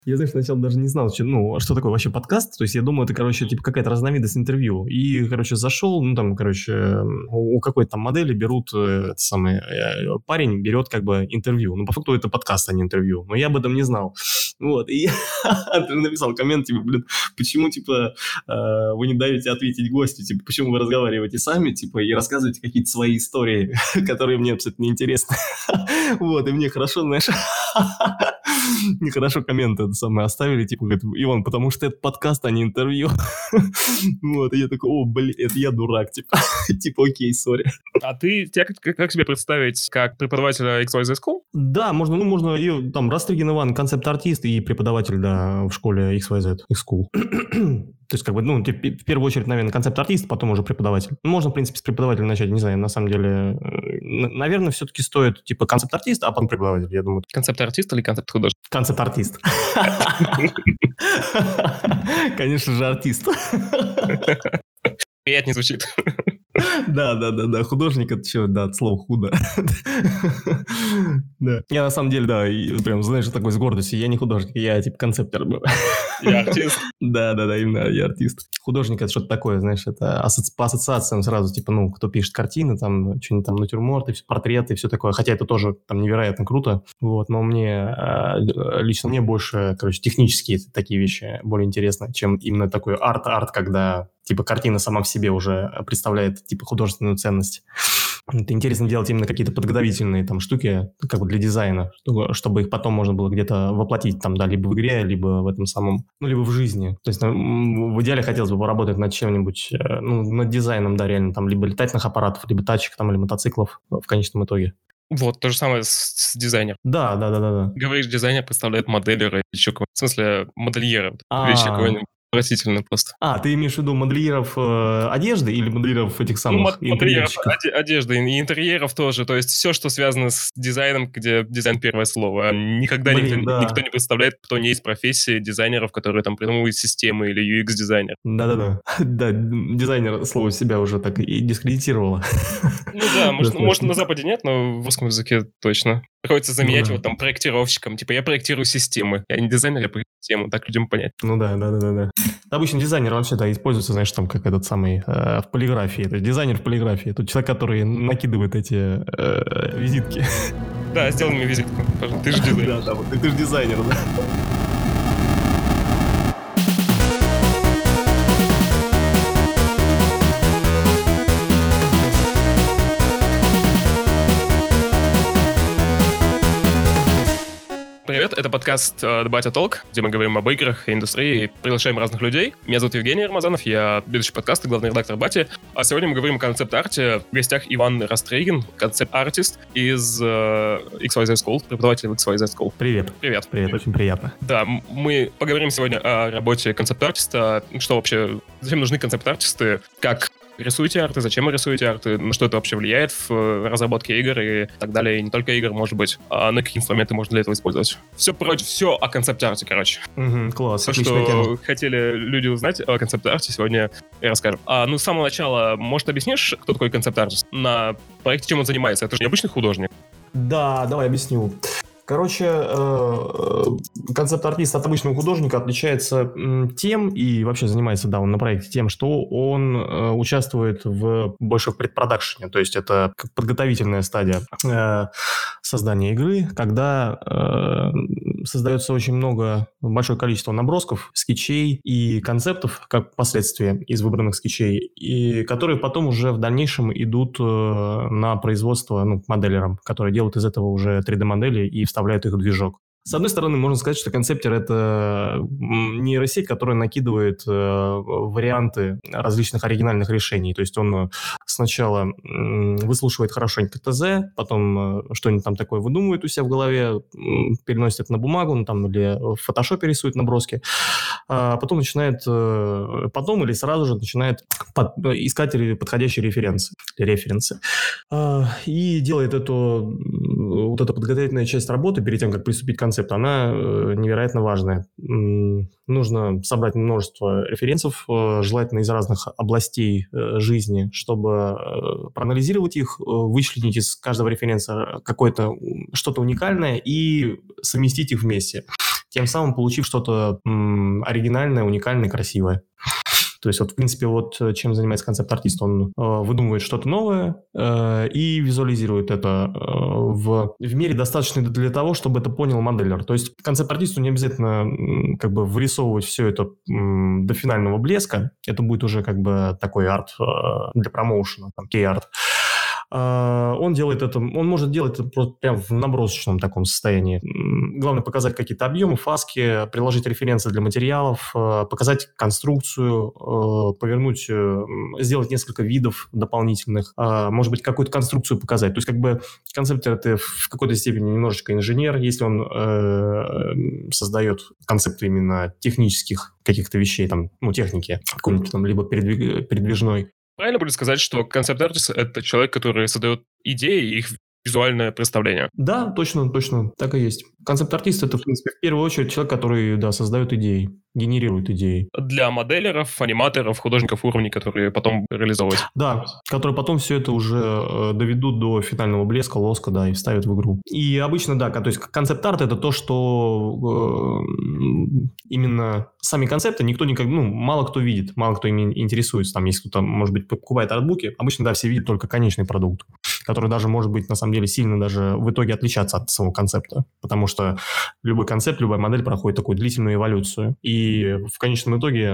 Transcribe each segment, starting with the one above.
Я, знаешь, сначала даже не знал, что такое вообще подкаст. То есть я думал, это, короче, типа какая-то разновидность интервью. И, короче, зашел, у какой-то там модели берут, парень берет как бы интервью. Ну, по факту это подкаст, а не интервью. Но я об этом не знал. Вот, и я написал коммент, типа, почему, типа, вы не даете ответить гостю, типа, почему вы разговариваете сами, типа, и рассказываете какие-то свои истории, которые мне абсолютно неинтересны. Вот, и мне хорошо, знаешь, нехорошо комменты оставили, типа, говорит, Иван, потому что это подкаст, а не интервью. Вот, и я такой, это я дурак, типа, типа, окей, сори. А тебя как себе представить как преподавателя XYZ School? Да, можно ее, там, Растригин Иван, концепт-артист и преподаватель, да, в школе XYZ, X-School. То есть, как бы, в первую очередь, наверное, концепт-артист, потом уже преподаватель. Можно, в принципе, с преподавателя начать, не знаю, на самом деле, наверное, все-таки стоит, типа, концепт-артист, а потом преподаватель, я думаю. Концепт-артист или концепт-художник? Концепт-артист. Конечно же, артист. Приятнее звучит. Да, художник это что, да, от слова худо. Да. Я на самом деле, да, прям, знаешь, такой с гордостью, я не художник, я типа концептер был. Я артист. Да, именно, я артист. Художник это что-то такое, знаешь, это по ассоциациям сразу, типа, кто пишет картины, там, что-нибудь там, натюрморты, портреты, все такое, хотя это тоже там невероятно круто, вот, но лично мне больше, короче, технические такие вещи более интересны, чем именно такой арт, когда, типа, картина сама в себе уже представляет, типа, художественную ценность. Это интересно делать именно какие-то подготовительные там штуки, как бы для дизайна, чтобы их потом можно было где-то воплотить там, да, либо в игре, либо в этом самом, либо в жизни. То есть в идеале хотелось бы поработать над чем-нибудь, над дизайном, да, реально, там, либо летательных аппаратов, либо тачек, там, или мотоциклов в конечном итоге. Вот, то же самое с дизайнером. Да. Говоришь, дизайнер представляет моделлера, еще кого-нибудь. В смысле, модельера. Вещи какой-нибудь. Отвратительно просто. Ты имеешь в виду модельеров одежды или модельеров этих самых модельеров одежды и интерьеров тоже. То есть все, что связано с дизайном, где дизайн первое слово. Никогда никто не представляет, кто не из профессии дизайнеров, которые там придумывают системы или UX-дизайнер. Да, дизайнер слово себя уже так и дискредитировало. Ну да, может на Западе нет, но в русском языке точно. Приходится заменять его там проектировщиком. Типа я проектирую системы. Я не дизайнер, я проектирую систему. Так людям понять. Ну да. Обычно дизайнер вообще, да, используется, знаешь, там, как этот самый в полиграфии. То есть дизайнер в полиграфии. Это человек, который накидывает эти визитки. Да, сделай мне визитку. Ты же дизайнер. Да, ты же дизайнер, да. Привет, это подкаст The Batya Talk, где мы говорим об играх и индустрии и приглашаем разных людей. Меня зовут Евгений Рамазанов, я ведущий подкаста, главный редактор Бати. А сегодня мы говорим о концепт-арте. В гостях Иван Растригин, концепт-артист из XYZ School, преподаватель в XYZ School. Привет, очень приятно. Да, мы поговорим сегодня о работе концепт-артиста, что вообще, зачем нужны концепт-артисты, как рисуете арты, зачем вы рисуете арты, на что это вообще влияет в разработке игр и так далее, и не только игр, может быть, а на какие инструменты можно для этого использовать. Все о концепт-арте, короче. Класс, все, что тема. Хотели люди узнать о концепт-арте, сегодня я расскажу. С самого начала, может, объяснишь, кто такой концепт-артист? На проекте чем он занимается? Это же необычный художник. Да, давай объясню. Короче, концепт-артист от обычного художника отличается тем, и вообще занимается, да, он на проекте тем, что он участвует больше в предпродакшене, то есть это как подготовительная стадия создания игры, когда создается большое количество набросков, скетчей и концептов, как последствия из выбранных скетчей, и которые потом уже в дальнейшем идут на производство моделерам, которые делают из этого уже 3D-модели и вставляют их в движок. С одной стороны, можно сказать, что концептер – это нейросеть, которая накидывает варианты различных оригинальных решений. То есть он сначала выслушивает хорошенько ТЗ, потом что-нибудь там такое выдумывает у себя в голове, переносит это на бумагу, или в фотошопе рисует наброски, а потом или сразу же начинает искать подходящие референсы. И делает эту подготовительная часть работы перед тем, как приступить к концепту, она невероятно важная. Нужно собрать множество референсов, желательно из разных областей жизни, чтобы проанализировать их, вычленить из каждого референса что-то уникальное и совместить их вместе. тем самым получив что-то оригинальное, уникальное, красивое. То есть, вот, в принципе, вот чем занимается концепт-артист. Он выдумывает что-то новое и визуализирует это в мере достаточной для того, чтобы это понял моделлер. То есть, концепт-артисту не обязательно как бы вырисовывать все это до финального блеска. Это будет уже как бы такой арт для промоушена, там, кей-арт. Он делает это, он может делать это просто прям в набросочном таком состоянии. Главное показать какие-то объемы, фаски, приложить референсы для материалов, показать конструкцию, повернуть, сделать несколько видов дополнительных, может быть, какую-то конструкцию показать. То есть, как бы концептор – это в какой-то степени немножечко инженер, если он создает концепты именно технических каких-то вещей, там, ну, техники, какой-нибудь там, либо передвижной. Правильно будет сказать, что концепт-артист — это человек, который создает идеи и их визуальное представление? Да, точно, так и есть. Концепт-артист – это, в принципе, в первую очередь человек, который, да, создает идеи, генерирует идеи. Для моделеров, аниматоров, художников уровней, которые потом реализовывать. Да, которые потом все это уже доведут до финального блеска, лоска, да, и вставят в игру. И обычно, да, то есть концепт-арт – это то, что именно сами концепты никто никогда, ну, мало кто видит, мало кто ими интересуется. Там, если кто-то, может быть, покупает артбуки, обычно, да, все видят только конечный продукт, который даже может быть, на самом деле, сильно даже в итоге отличаться от самого концепта, потому что любой концепт, любая модель проходит такую длительную эволюцию. И в конечном итоге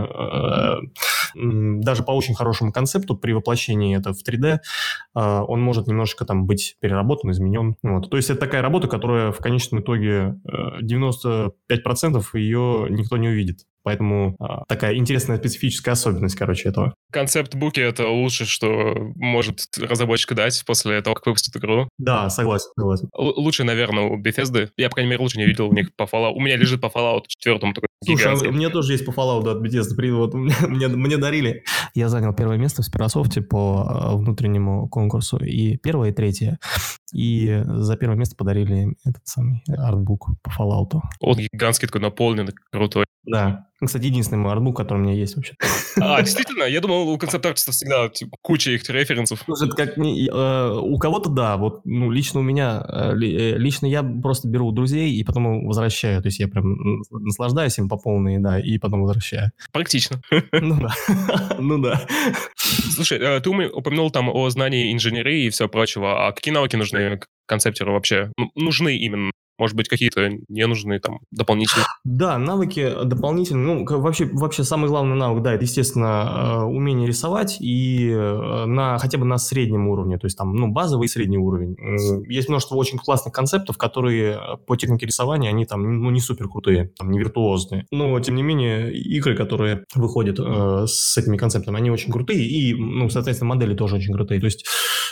даже по очень хорошему концепту при воплощении это в 3D он может немножечко там быть переработан, изменен. Вот. То есть это такая работа, которая в конечном итоге 95% ее никто не увидит. Поэтому такая интересная специфическая особенность, короче, этого. Концепт-буки — это лучше, что может разработчик дать после того, как выпустит игру. Да, согласен. Лучше, наверное, у Bethesda. Я, по крайней мере, лучше не видел у них по Fallout. У меня лежит по Fallout 4 такой гигантский. Слушай, у меня тоже есть по Fallout от Bethesda. Вот мне дарили. Я занял первое место в Спирософте по внутреннему конкурсу. И первое, и третье. И за первое место подарили этот самый артбук по Fallout. Он гигантский, такой наполненный, крутой. Да. Кстати, единственный мой артбук, который у меня есть вообще. Действительно? Я думал, у концепт-артистов всегда куча их референсов. Слушай, как у кого-то да, вот, ну, лично у меня, лично я просто беру у друзей и потом возвращаю, то есть я прям наслаждаюсь им по полной, да, и потом возвращаю. Практично. Ну да. Слушай, ты упомянул там о знании инженерии и все прочего, а какие навыки нужны концептеру вообще? Нужны именно? Может быть, какие-то ненужные там дополнительные? Да, навыки дополнительные. Ну, вообще самый главный навык, да, это, естественно, умение рисовать и хотя бы на среднем уровне, то есть там, ну, базовый и средний уровень. Есть множество очень классных концептов, которые по технике рисования, они там, ну, не супер крутые, там, не виртуозные. Но, тем не менее, игры, которые выходят с этими концептами, они очень крутые и, ну, соответственно, модели тоже очень крутые. То есть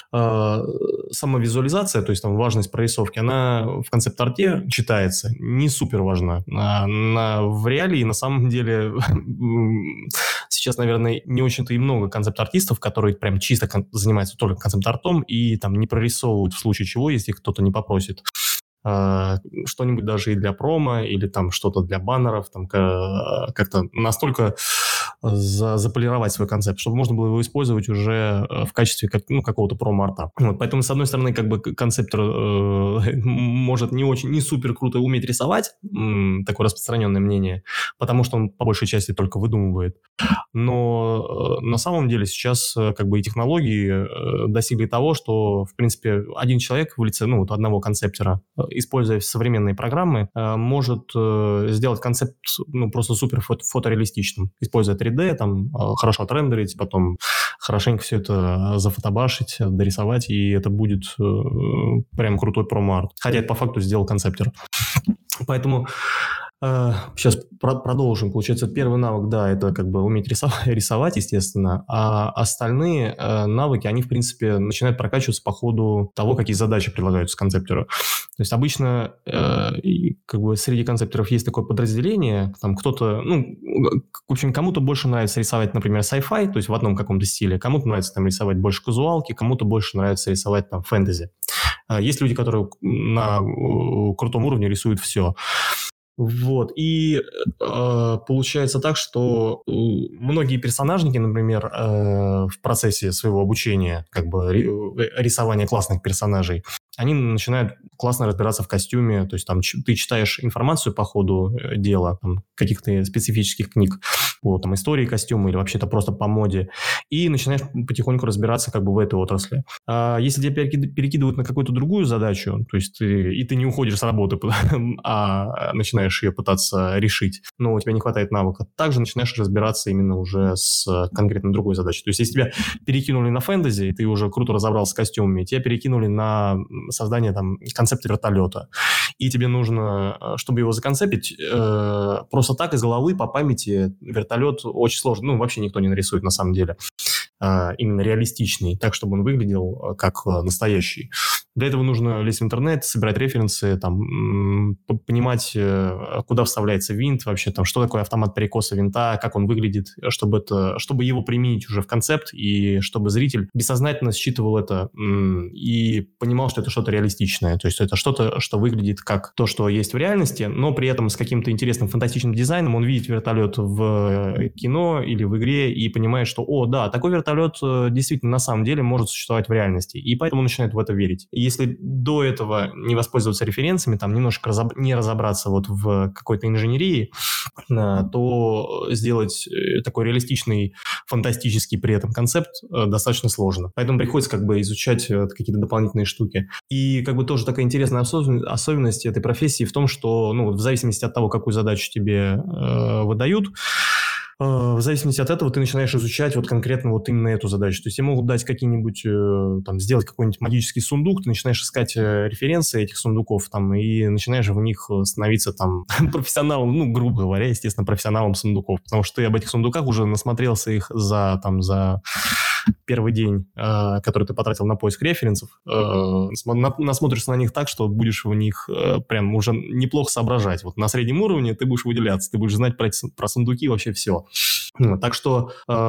сама визуализация, то есть там важность прорисовки, она в концепт-арте читается, не супер важна. В реалии, на самом деле, сейчас, наверное, не очень-то и много концепт-артистов, которые прям чисто занимаются только концепт-артом и там не прорисовывают в случае чего, если кто-то не попросит. Что-нибудь даже и для промо, или там что-то для баннеров, там как-то настолько заполировать свой концепт, чтобы можно было его использовать уже в качестве какого-то промо-арта. Вот, поэтому, с одной стороны, как бы концептор может не супер круто уметь рисовать, такое распространенное мнение, потому что он по большей части только выдумывает. Но на самом деле сейчас как бы и технологии достигли того, что, в принципе, один человек в лице, ну, вот одного концептора, используя современные программы, может сделать концепт, ну, просто супер фотореалистичным, используя 3D, там, хорошо отрендерить, потом хорошенько все это зафотобашить, дорисовать, и это будет прям крутой промо-арт. Хотя это по факту сделал концептор. Поэтому сейчас продолжим. Получается, первый навык, да, это как бы уметь рисовать, естественно, а остальные навыки, они, в принципе, начинают прокачиваться по ходу того, какие задачи предлагаются концептеру. То есть обычно как бы среди концептеров есть такое подразделение, там кто-то, ну, в общем, кому-то больше нравится рисовать, например, sci-fi, то есть в одном каком-то стиле, кому-то нравится там рисовать больше казуалки, кому-то больше нравится рисовать там фэнтези. Есть люди, которые на крутом уровне рисуют все. Вот, и получается так, что многие персонажники, например, в процессе своего обучения, как бы рисования классных персонажей, они начинают классно разбираться в костюме, то есть там ты читаешь информацию по ходу дела, там, каких-то специфических книг, по там, истории костюма или вообще-то просто по моде, и начинаешь потихоньку разбираться как бы в этой отрасли. А если тебя перекидывают на какую-то другую задачу, то есть ты не уходишь с работы, а начинаешь ее пытаться решить, но у тебя не хватает навыка, также начинаешь разбираться именно уже с конкретно другой задачей. То есть если тебя перекинули на фэнтези, ты уже круто разобрался с костюмами, тебя перекинули на создание там концепта вертолета, и тебе нужно, чтобы его законцепить, просто так из головы по памяти вертолет очень сложно, ну, вообще никто не нарисует на самом деле, именно реалистичный, так, чтобы он выглядел как настоящий. Для этого нужно лезть в интернет, собирать референсы, там, понимать, куда вставляется винт, вообще, там, что такое автомат перекоса винта, как он выглядит, чтобы его применить уже в концепт, и чтобы зритель бессознательно считывал это и понимал, что это что-то реалистичное, то есть это что-то, что выглядит как то, что есть в реальности, но при этом с каким-то интересным фантастичным дизайном. Он видит вертолет в кино или в игре и понимает, что, о, да, такой вертолет действительно на самом деле может существовать в реальности, и поэтому начинает в это верить. Если до этого не воспользоваться референсами, там немножко не разобраться вот в какой-то инженерии, то сделать такой реалистичный, фантастический при этом концепт достаточно сложно. Поэтому приходится как бы изучать какие-то дополнительные штуки. И как бы тоже такая интересная особенность этой профессии в том, что, ну, в зависимости от того, какую задачу тебе выдают, в зависимости от этого ты начинаешь изучать вот конкретно вот именно эту задачу. То есть тебе могут дать какие-нибудь, там, сделать какой-нибудь магический сундук, ты начинаешь искать референсы этих сундуков, там, и начинаешь в них становиться, там, профессионалом, ну, грубо говоря, естественно, профессионалом сундуков, потому что ты об этих сундуках уже насмотрелся их за первый день, который ты потратил на поиск референсов, насмотришься на них так, что будешь в них прям уже неплохо соображать. Вот на среднем уровне ты будешь выделяться, ты будешь знать про сундуки вообще все. Так что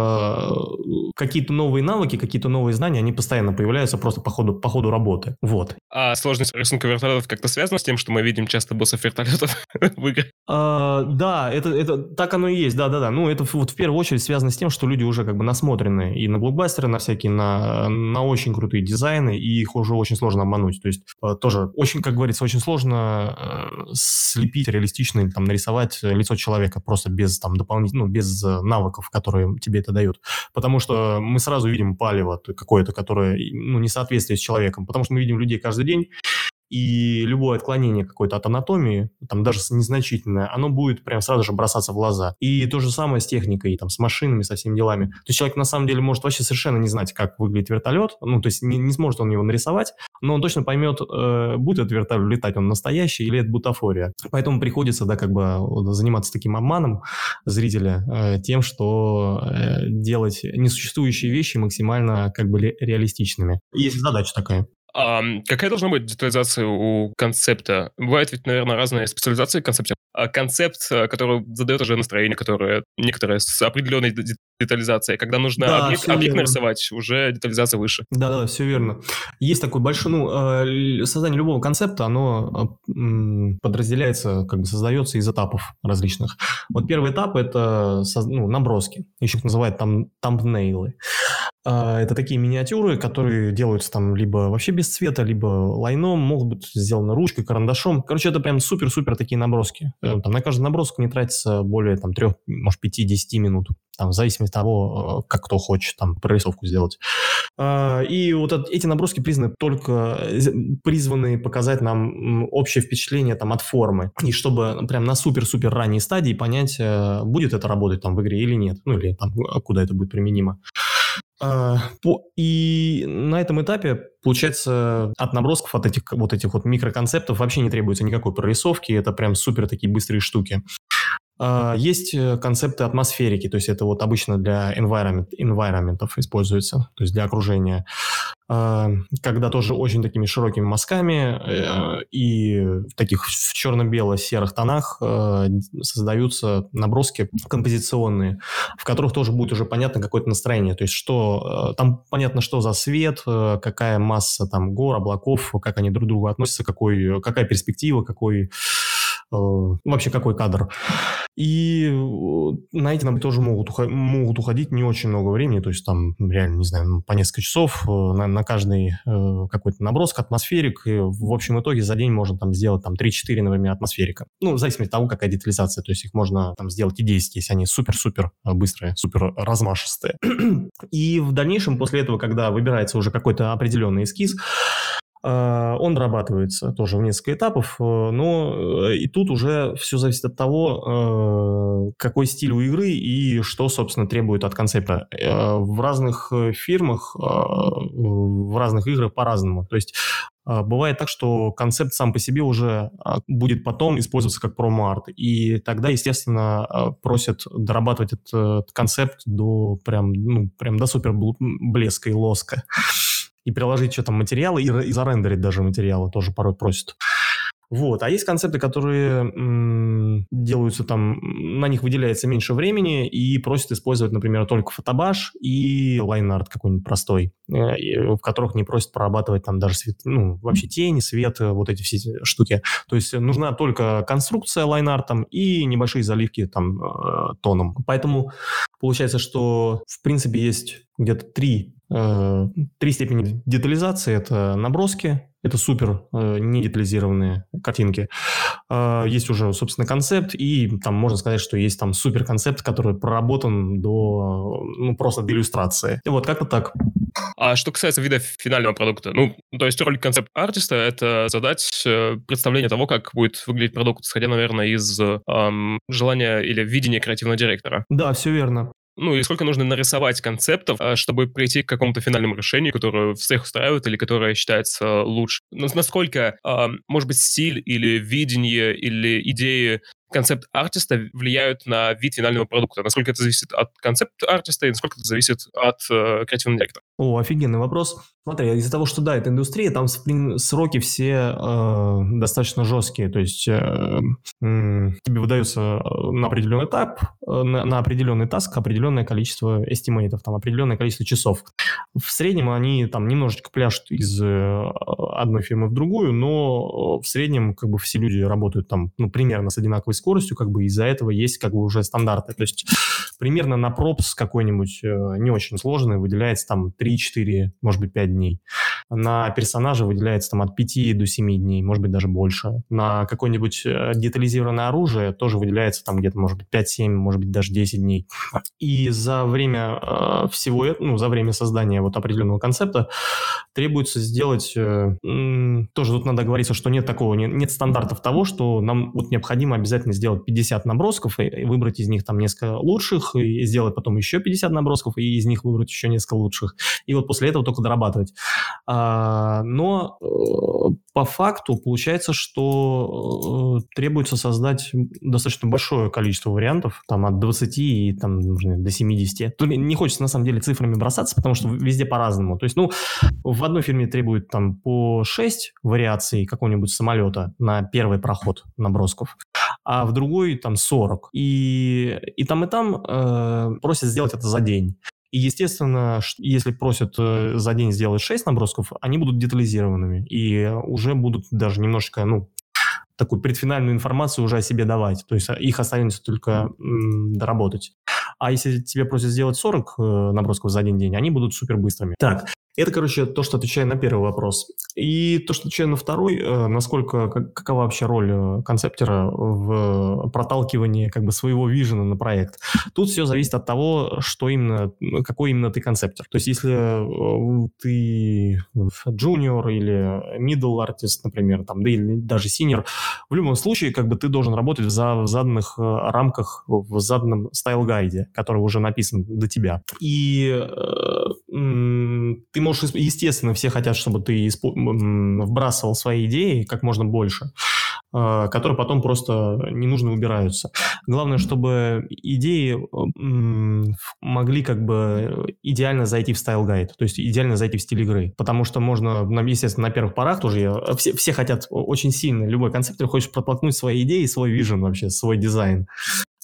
какие-то новые навыки, какие-то новые знания, они постоянно появляются просто по ходу работы. Вот. А сложность рисунка вертолетов как-то связана с тем, что мы видим часто боссов вертолетов в играх? Да, это так оно и есть, да. Ну, это вот в первую очередь связано с тем, что люди уже как бы насмотрены и на блокбастеры, на всякие, на очень крутые дизайны, и их уже очень сложно обмануть. То есть тоже очень, как говорится, очень сложно слепить реалистично или там нарисовать лицо человека просто без там дополнительных, ну, без навыков, которые тебе это дают. Потому что мы сразу видим палево какое-то, которое, ну, не соответствует с человеком, потому что мы видим людей каждый день, и любое отклонение какой-то от анатомии, там даже незначительное, оно будет прям сразу же бросаться в глаза. И то же самое с техникой, там, с машинами, со всеми делами. То есть человек на самом деле может вообще совершенно не знать, как выглядит вертолет, ну, то есть не сможет он его нарисовать, но он точно поймет, будет этот вертолет летать, он настоящий или это бутафория. Поэтому приходится, да, как бы заниматься таким обманом зрителя, тем, что делать несуществующие вещи максимально как бы реалистичными. Есть задача такая. Какая должна быть детализация у концепта? Бывает ведь, наверное, разные специализации концепта. Концепт, который задает уже настроение, которое некоторое с определенной детализацией. Когда нужно Да, объект нарисовать, уже детализация выше. Да, все верно. Есть такой большой, создание любого концепта, оно подразделяется, как бы создается из этапов различных. Вот первый этап – это наброски. Еще их называют там тамбнейлы. Это такие миниатюры, которые делаются там либо вообще без цвета, либо лайном, могут быть сделаны ручкой, карандашом. Короче, это прям супер-супер такие наброски. Там на каждый набросок не тратится более там 3, может, 5-10 минут. Там, в зависимости от того, как кто хочет там прорисовку сделать. И вот эти наброски призваны показать нам общее впечатление там от формы. И чтобы прям на супер-супер ранней стадии понять, будет это работать там в игре или нет. Ну, или там, куда это будет применимо. И на этом этапе, получается, от набросков, от этих вот микроконцептов вообще не требуется никакой прорисовки. Это прям супер такие быстрые штуки. Есть концепты атмосферики, то есть это вот обычно для environment'ов используется, то есть для окружения, когда тоже очень такими широкими мазками и в таких в черно-бело-серых тонах создаются наброски композиционные, в которых тоже будет уже понятно какое-то настроение, то есть что там понятно, что за свет, какая масса там гор, облаков, как они друг к другу относятся, какая перспектива, какой вообще какой кадр. И на эти нам тоже могут уходить не очень много времени, то есть там реально, не знаю, по несколько часов на каждый какой-то набросок, атмосферик, и в общем итоге за день можно там сделать там 3-4, например, атмосферика. Ну, в зависимости от того, какая детализация, то есть их можно там сделать и 10, если они супер-супер быстрые, супер размашистые. И в дальнейшем, после этого, когда выбирается уже какой-то определенный эскиз, он дорабатывается тоже в несколько этапов, но и тут уже все зависит от того, какой стиль у игры и что, собственно, требует от концепта. В разных фирмах, в разных играх по-разному. То есть бывает так, что концепт сам по себе уже будет потом использоваться как промо-арт, и тогда, естественно, просят дорабатывать этот концепт до прям до супер блеска и лоска. И приложить что-то материалы, и зарендерить даже материалы тоже порой просят. Вот. А есть концепты, которые делаются там, на них выделяется меньше времени и просят использовать, например, только фотобаш и лайн-арт какой-нибудь простой, в которых не просят прорабатывать там даже свет, вообще тени, свет, вот эти все штуки. То есть нужна только конструкция лайн-артом и небольшие заливки там тоном. Поэтому получается, что в принципе есть где-то три степени детализации. Это наброски, это супер недетализированные картинки. Есть уже, собственно, концепт, и там можно сказать, что есть там супер концепт, который проработан просто до иллюстрации. И вот как-то так. А что касается вида финального продукта, то есть роль концепт-артиста — это задать представление того, как будет выглядеть продукт, исходя, наверное, из желания или видения креативного директора. Да, все верно. И сколько нужно нарисовать концептов, чтобы прийти к какому-то финальному решению, которое всех устраивает или которое считается лучше? Насколько, может быть, стиль или видение или идеи концепт-артиста влияют на вид финального продукта? Насколько это зависит от концепт-артиста и насколько это зависит от креативного директора? Офигенный вопрос. Смотри, из-за того, что, да, это индустрия, там сроки все достаточно жесткие. То есть тебе выдается на определенный этап, на определенный таск определенное количество эстимейтов, там определенное количество часов. В среднем они там немножечко пляшут из одной фирмы в другую, но в среднем как бы все люди работают там примерно с одинаковой скоростью, как бы из-за этого есть как бы уже стандарты. То есть примерно на пропс какой-нибудь не очень сложный выделяется там 3-4, может быть, 5 дней. На персонажа выделяется там от 5 до 7 дней, может быть, даже больше. На какое-нибудь детализированное оружие тоже выделяется там где-то, может быть, 5-7, может быть, даже 10 дней. И за время всего этого, за время создания вот определенного концепта требуется сделать... тоже тут надо говориться, что нет такого, нет стандартов того, что нам вот необходимо обязательно сделать 50 набросков и выбрать из них там несколько лучших, и сделать потом еще 50 набросков, и из них выбрать еще несколько лучших. И вот после этого только дорабатывать. Но по факту получается, что требуется создать достаточно большое количество вариантов, там от 20 и там, до 70. Тут не хочется на самом деле цифрами бросаться, потому что везде по-разному. То есть, в одной фирме требует там по 6 вариаций какого-нибудь самолета на первый проход набросков, а в другой там 40. И там просят сделать это за день. И, естественно, если просят за день сделать 6 набросков, они будут детализированными и уже будут даже немножечко, такую предфинальную информацию уже о себе давать. То есть их останется только доработать. А если тебе просят сделать 40 набросков за один день, они будут супер быстрыми. Так, это, то, что отвечаю на первый вопрос. И то, что отвечаю на второй, какова вообще роль концептера в проталкивании как бы своего вижена на проект. Тут все зависит от того, какой именно ты концептер. То есть, если ты junior или middle artist, например, там, да или даже senior, в любом случае, как бы ты должен работать в заданных рамках, в заданном стайл-гайде, который уже написан до тебя. И ты можешь, естественно, все хотят, чтобы ты вбрасывал свои идеи как можно больше, которые потом просто ненужно убираются. Главное, чтобы идеи могли как бы идеально зайти в стайл-гайд, то есть идеально зайти в стиль игры. Потому что можно, естественно, на первых порах тоже все хотят очень сильно, любой концептор хочет протолкнуть свои идеи, свой вижен вообще, свой дизайн.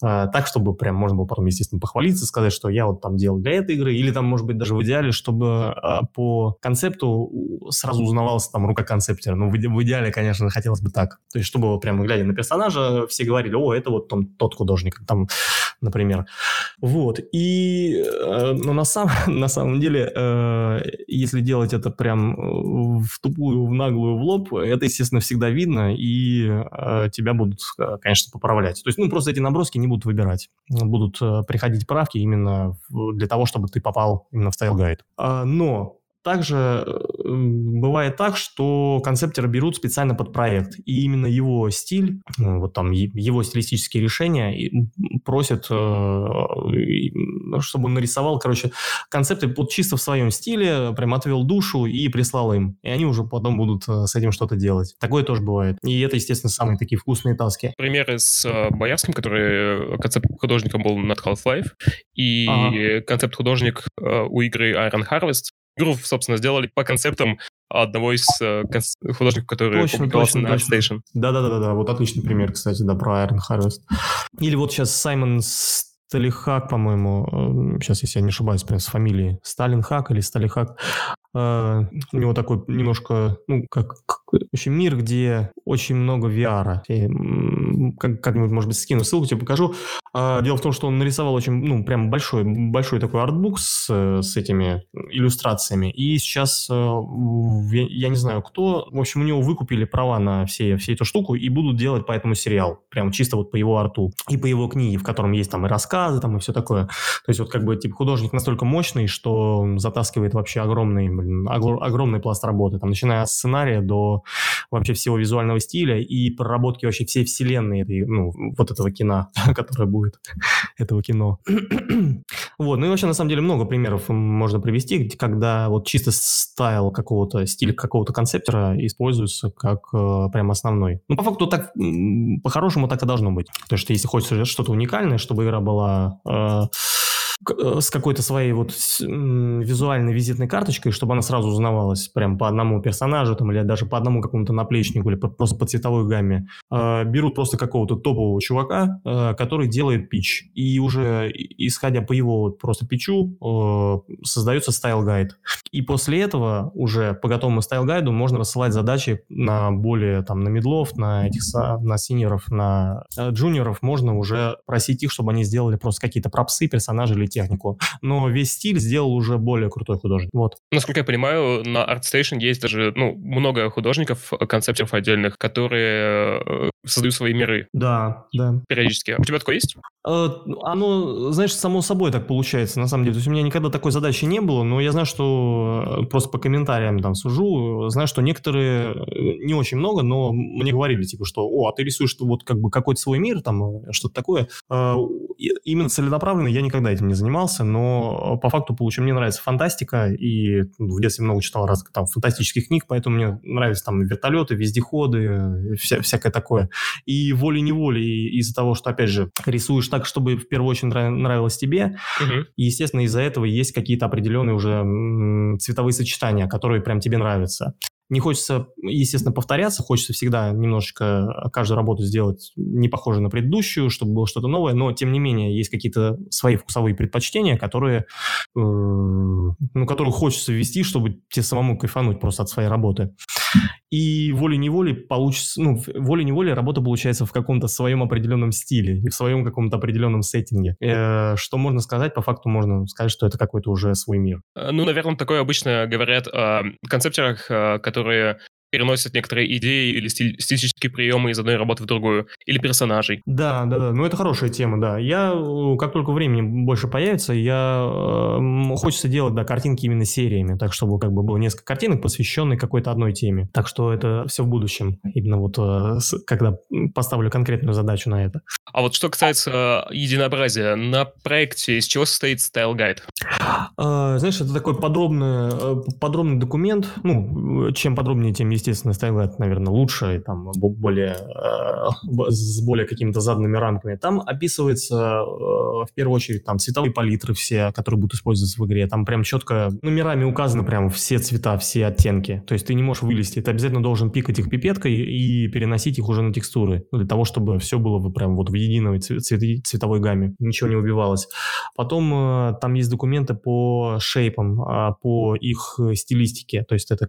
так, чтобы прям можно было потом, естественно, похвалиться, сказать, что я вот там делал для этой игры, или там, может быть, даже в идеале, чтобы по концепту сразу узнавался там рука концептера. Ну, в идеале, конечно, хотелось бы так. То есть, чтобы прямо глядя на персонажа, все говорили, о, это вот там, тот художник, там, например. Вот. И, ну, на самом деле, если делать это прям в тупую, в наглую, в лоб, это, естественно, всегда видно, и тебя будут, конечно, поправлять. То есть, ну, просто эти наброски не будут выбирать. Будут приходить правки именно для того, чтобы ты попал именно в стайл-гайд. Но также бывает так, что концептеры берут специально под проект, и именно его стиль, вот там его стилистические решения просят, чтобы он нарисовал, короче, концепты вот чисто в своем стиле, прям отвел душу и прислал им. И они уже потом будут с этим что-то делать. Такое тоже бывает. И это, естественно, самые такие вкусные таски. Примеры с Боярским, который концепт-художником был над Half-Life, и концепт-художник у игры Iron Harvest. Игру, собственно, сделали по концептам одного из художников, который публиковался на ArtStation. Да. Вот отличный пример, кстати, да, про Iron Harvest. Или вот сейчас Саймон Сталихак, по-моему, сейчас, если я не ошибаюсь, прям с фамилией, Сталинхак или Сталихак. У него такой немножко, ну, как вообще мир, где очень много VR. Как-нибудь, может быть, скину ссылку, тебе покажу. Дело в том, что он нарисовал очень, ну, прям большой такой артбук с этими иллюстрациями. И сейчас, я не знаю кто, в общем, у него выкупили права на всю эту штуку и будут делать по этому сериал. Прям чисто вот по его арту. И по его книге, в котором есть там и рассказы, там и все такое. То есть вот как бы типа художник настолько мощный, что затаскивает вообще огромный пласт работы. Там, начиная от сценария до вообще всего визуального стиля и проработки вообще всей вселенной этой, ну, вот этого кино, которое будет, этого кино. Вот, ну и вообще, на самом деле, много примеров можно привести, когда вот чисто стайл какого-то, стиль какого-то концептера используется как прям основной. Ну, по факту, так, по-хорошему так и должно быть. Потому что если хочется что-то уникальное, чтобы игра была с какой-то своей вот визуальной визитной карточкой, чтобы она сразу узнавалась прям по одному персонажу там, или даже по одному какому-то наплечнику или просто по цветовой гамме. Берут просто какого-то топового чувака, который делает питч. И уже исходя по его просто питчу создается стайл-гайд. И после этого уже по готовому стайл-гайду можно рассылать задачи на более там на мидлов, на синьоров, на джуниоров. Можно уже просить их, чтобы они сделали просто какие-то пропсы, персонажи или технику. Но весь стиль сделал уже более крутой художник. Вот. Насколько я понимаю, на ArtStation есть даже много художников, концептеров отдельных, которые создают свои миры. Да. Периодически. У тебя такое есть? Оно, знаешь, само собой так получается, на самом деле. То есть у меня никогда такой задачи не было, но я знаю, что просто по комментариям там сужу, знаю, что некоторые, не очень много, но мне говорили, типа, что, а ты рисуешь вот как бы какой-то свой мир, там, что-то такое. Именно целенаправленно я никогда этим не занимался, но по факту, мне нравится фантастика, и в детстве много читал разных там фантастических книг, поэтому мне нравятся там вертолеты, вездеходы, всякое такое. И волей-неволей из-за того, что, опять же, рисуешь так, чтобы в первую очередь нравилось тебе, и, естественно, из-за этого есть какие-то определенные уже цветовые сочетания, которые прям тебе нравятся. Не хочется, естественно, повторяться, хочется всегда немножечко каждую работу сделать не похожей на предыдущую, чтобы было что-то новое, но, тем не менее, есть какие-то свои вкусовые предпочтения, которые хочется ввести, чтобы тебе самому кайфануть просто от своей работы. И волей-неволей волей-неволей работа получается в каком-то своем определенном стиле и в своем каком-то определенном сеттинге. Что можно сказать? По факту можно сказать, что это какой-то уже свой мир. Ну, наверное, такое обычно говорят о концептерах, которые переносят некоторые идеи или стилистические приемы из одной работы в другую, или персонажей. Да, ну это хорошая тема, да. Как только времени больше появится, хочется делать, да, картинки именно сериями, так, чтобы как бы было несколько картинок, посвященных какой-то одной теме. Так что это все в будущем, именно вот когда поставлю конкретную задачу на это. А вот что касается единообразия, на проекте из чего состоит стайл-гайд? Знаешь, это такой подробный документ, чем подробнее, тем, естественно, естественно, StyleGuide, наверное, лучше, там, с более какими-то заданными рамками. Там описывается, в первую очередь, там, цветовые палитры все, которые будут использоваться в игре. Там прям четко номерами указаны прям все цвета, все оттенки. То есть ты не можешь вылезти. Ты обязательно должен пикать их пипеткой и переносить их уже на текстуры. Для того, чтобы все было прям вот в единой цветовой гамме. Ничего не убивалось. Потом там есть документы по шейпам, по их стилистике. То есть это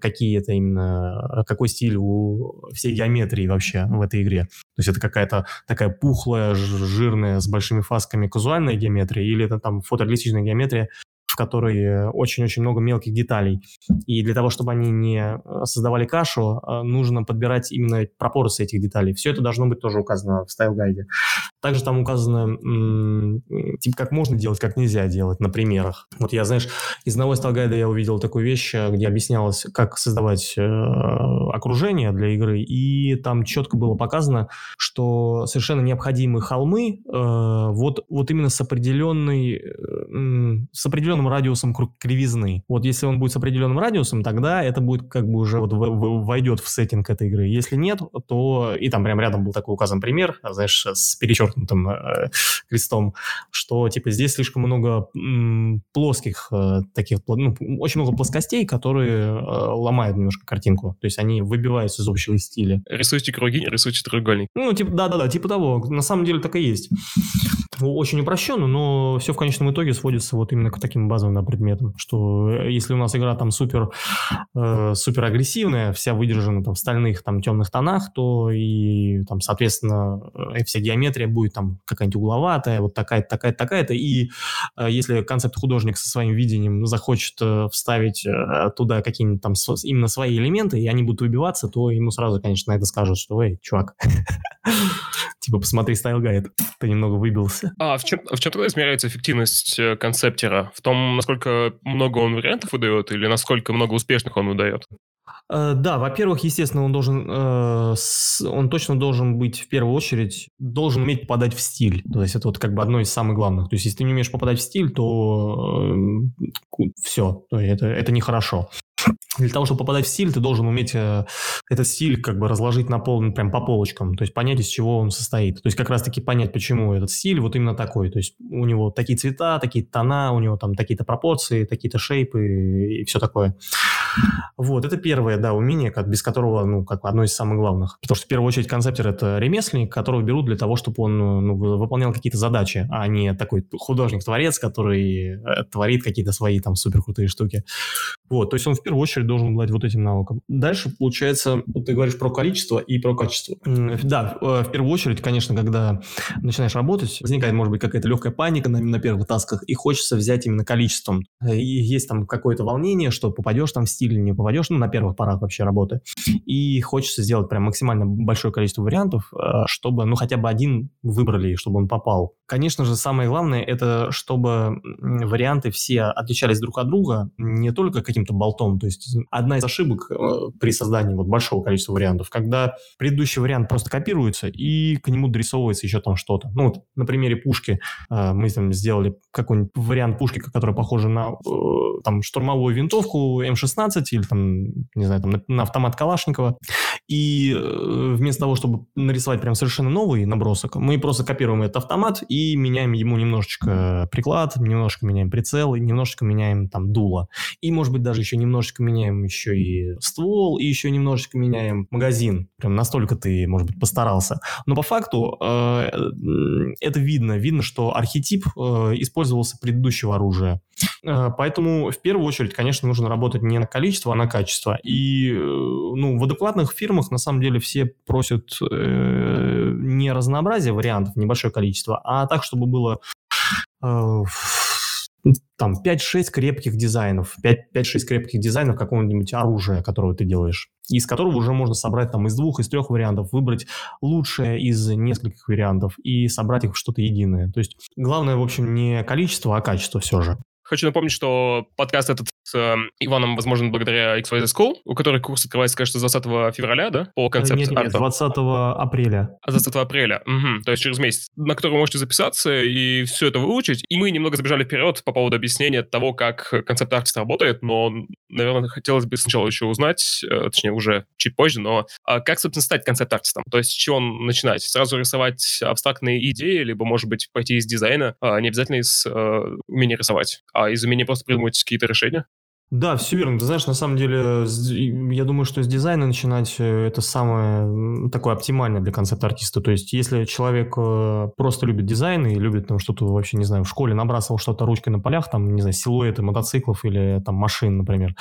какой стиль у всей геометрии вообще в этой игре. То есть это какая-то такая пухлая, жирная, с большими фасками казуальная геометрия, или это там фотореалистичная геометрия, в которой очень-очень много мелких деталей. И для того, чтобы они не создавали кашу, нужно подбирать именно пропорции этих деталей. Все это должно быть тоже указано в стайл-гайде. Также там указано, типа, как можно делать, как нельзя делать на примерах. Вот я, знаешь, из одного стайл-гайда я увидел такую вещь, где объяснялось, как создавать окружение для игры, и там четко было показано, что совершенно необходимы холмы вот именно с определенным радиусом кривизны. Вот если он будет с определенным радиусом, тогда это будет как бы уже вот войдет в сеттинг этой игры. Если нет, то... И там прям рядом был такой указан пример, знаешь, с перечеркнутым крестом, что типа здесь слишком много плоских таких, очень много плоскостей, которые ломают немножко картинку. То есть они выбиваются из общего стиля. Рисуйте круги, рисуйте треугольник. Типа, да, типа того. На самом деле так и есть. Очень упрощенно, но все в конечном итоге сводится вот именно к таким базовым предметам, что если у нас игра там супер агрессивная, вся выдержана там в стальных там темных тонах, то и там, соответственно, вся геометрия будет там какая-нибудь угловатая, вот такая-то, и если концепт-художник со своим видением захочет вставить туда какие-нибудь там именно свои элементы, и они будут выбиваться, то ему сразу, конечно, на это скажут, что, эй, чувак, типа, посмотри стайл-гайд, ты немного выбился. А в чем тогда измеряется эффективность концептера? В том, насколько много он вариантов выдает или насколько много успешных он выдает? Да, во-первых, естественно, он точно должен быть, в первую очередь, должен уметь попадать в стиль. То есть это вот как бы одно из самых главных. То есть если ты не умеешь попадать в стиль, то все, то это нехорошо. Для того, чтобы попадать в стиль, ты должен уметь этот стиль как бы разложить прям по полочкам, то есть понять, из чего он состоит. То есть как раз-таки понять, почему этот стиль вот именно такой. То есть у него такие цвета, такие тона, у него там такие-то пропорции, такие-то шейпы и все такое. Вот, это первое, да, умение, без которого, как одно из самых главных. Потому что в первую очередь концептер – это ремесленник, которого берут для того, чтобы он выполнял какие-то задачи, а не такой художник-творец, который творит какие-то свои там суперкрутые штуки. Вот, то есть он в первую очередь должен обладать вот этим навыком. Дальше, получается, ты говоришь про количество и про качество. Да, в первую очередь, конечно, когда начинаешь работать, возникает, может быть, какая-то легкая паника на первых тасках, и хочется взять именно количеством. И есть там какое-то волнение, что попадешь там в стиль или не попадешь, на первых порах вообще работы. И хочется сделать прям максимально большое количество вариантов, чтобы, хотя бы один выбрали, чтобы он попал. Конечно же, самое главное, это чтобы варианты все отличались друг от друга не только каким-то болтом. То есть одна из ошибок при создании большого количества вариантов, когда предыдущий вариант просто копируется и к нему дорисовывается еще там что-то. На примере пушки мы там сделали какой-нибудь вариант пушки, которая похожа на там штурмовую винтовку М16 или там, не знаю, там на автомат Калашникова. И вместо того, чтобы нарисовать прям совершенно новый набросок, мы просто копируем этот автомат и меняем ему немножечко приклад, немножко меняем прицел, и немножечко меняем там дуло. И, может быть, даже еще немножечко меняем еще и ствол, и еще немножечко меняем магазин. Прям настолько ты, может быть, постарался. Но по факту это видно, что архетип использовался предыдущего оружия. Поэтому в первую очередь, конечно, нужно работать не на количество, а на качество. И в адекватных фирмах на самом деле все просят не разнообразие вариантов, небольшое количество, а так, чтобы было там 5-6 крепких дизайнов, 5-6 крепких дизайнов какого-нибудь оружия, которое ты делаешь, из которого уже можно собрать там из 2, из 3 вариантов, выбрать лучшее из нескольких вариантов и собрать их в что-то единое. То есть главное, в общем, не количество, а качество все же. Хочу напомнить, что подкаст этот Иваном, возможно, благодаря XYZ School, у которой курс открывается, кажется, с 20 февраля, да, по концепции Нет, 20 апреля. 20 апреля, то есть через месяц, на который вы можете записаться и все это выучить. И мы немного забежали вперед по поводу объяснения того, как концепт-артист работает, но, наверное, хотелось бы сначала еще узнать, точнее, уже чуть позже, но как, собственно, стать концепт-артистом? То есть с чего начинать? Сразу рисовать абстрактные идеи, либо, может быть, пойти из дизайна, не обязательно из умения рисовать, а из умения просто придумать какие-то решения? Да, все верно. Ты знаешь, на самом деле, я думаю, что с дизайна начинать это самое такое оптимальное для концепт-артиста. То есть, если человек просто любит дизайн и любит там что-то, вообще, не знаю, в школе набрасывал что-то ручкой на полях, там, не знаю, силуэты мотоциклов или там машин, например,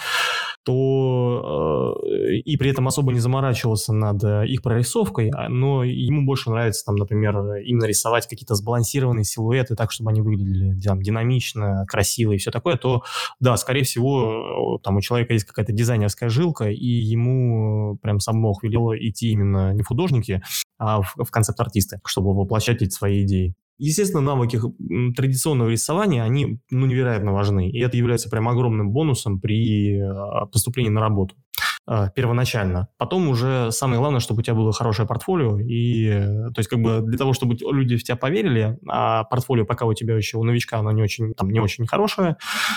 то и при этом особо не заморачивался над их прорисовкой, но ему больше нравится, там, например, именно рисовать какие-то сбалансированные силуэты так, чтобы они выглядели там, динамично, красиво и все такое, то, да, скорее всего, там у человека есть какая-то дизайнерская жилка, и ему прям сам Бог велел идти именно не в художники, а в концепт-артисты, чтобы воплощать эти свои идеи. Естественно, навыки традиционного рисования, они невероятно важны, и это является прям огромным бонусом при поступлении на работу первоначально. Потом уже самое главное, чтобы у тебя было хорошее портфолио, и то есть как бы для того, чтобы люди в тебя поверили, а портфолио пока у тебя еще у новичка, оно не очень хорошее,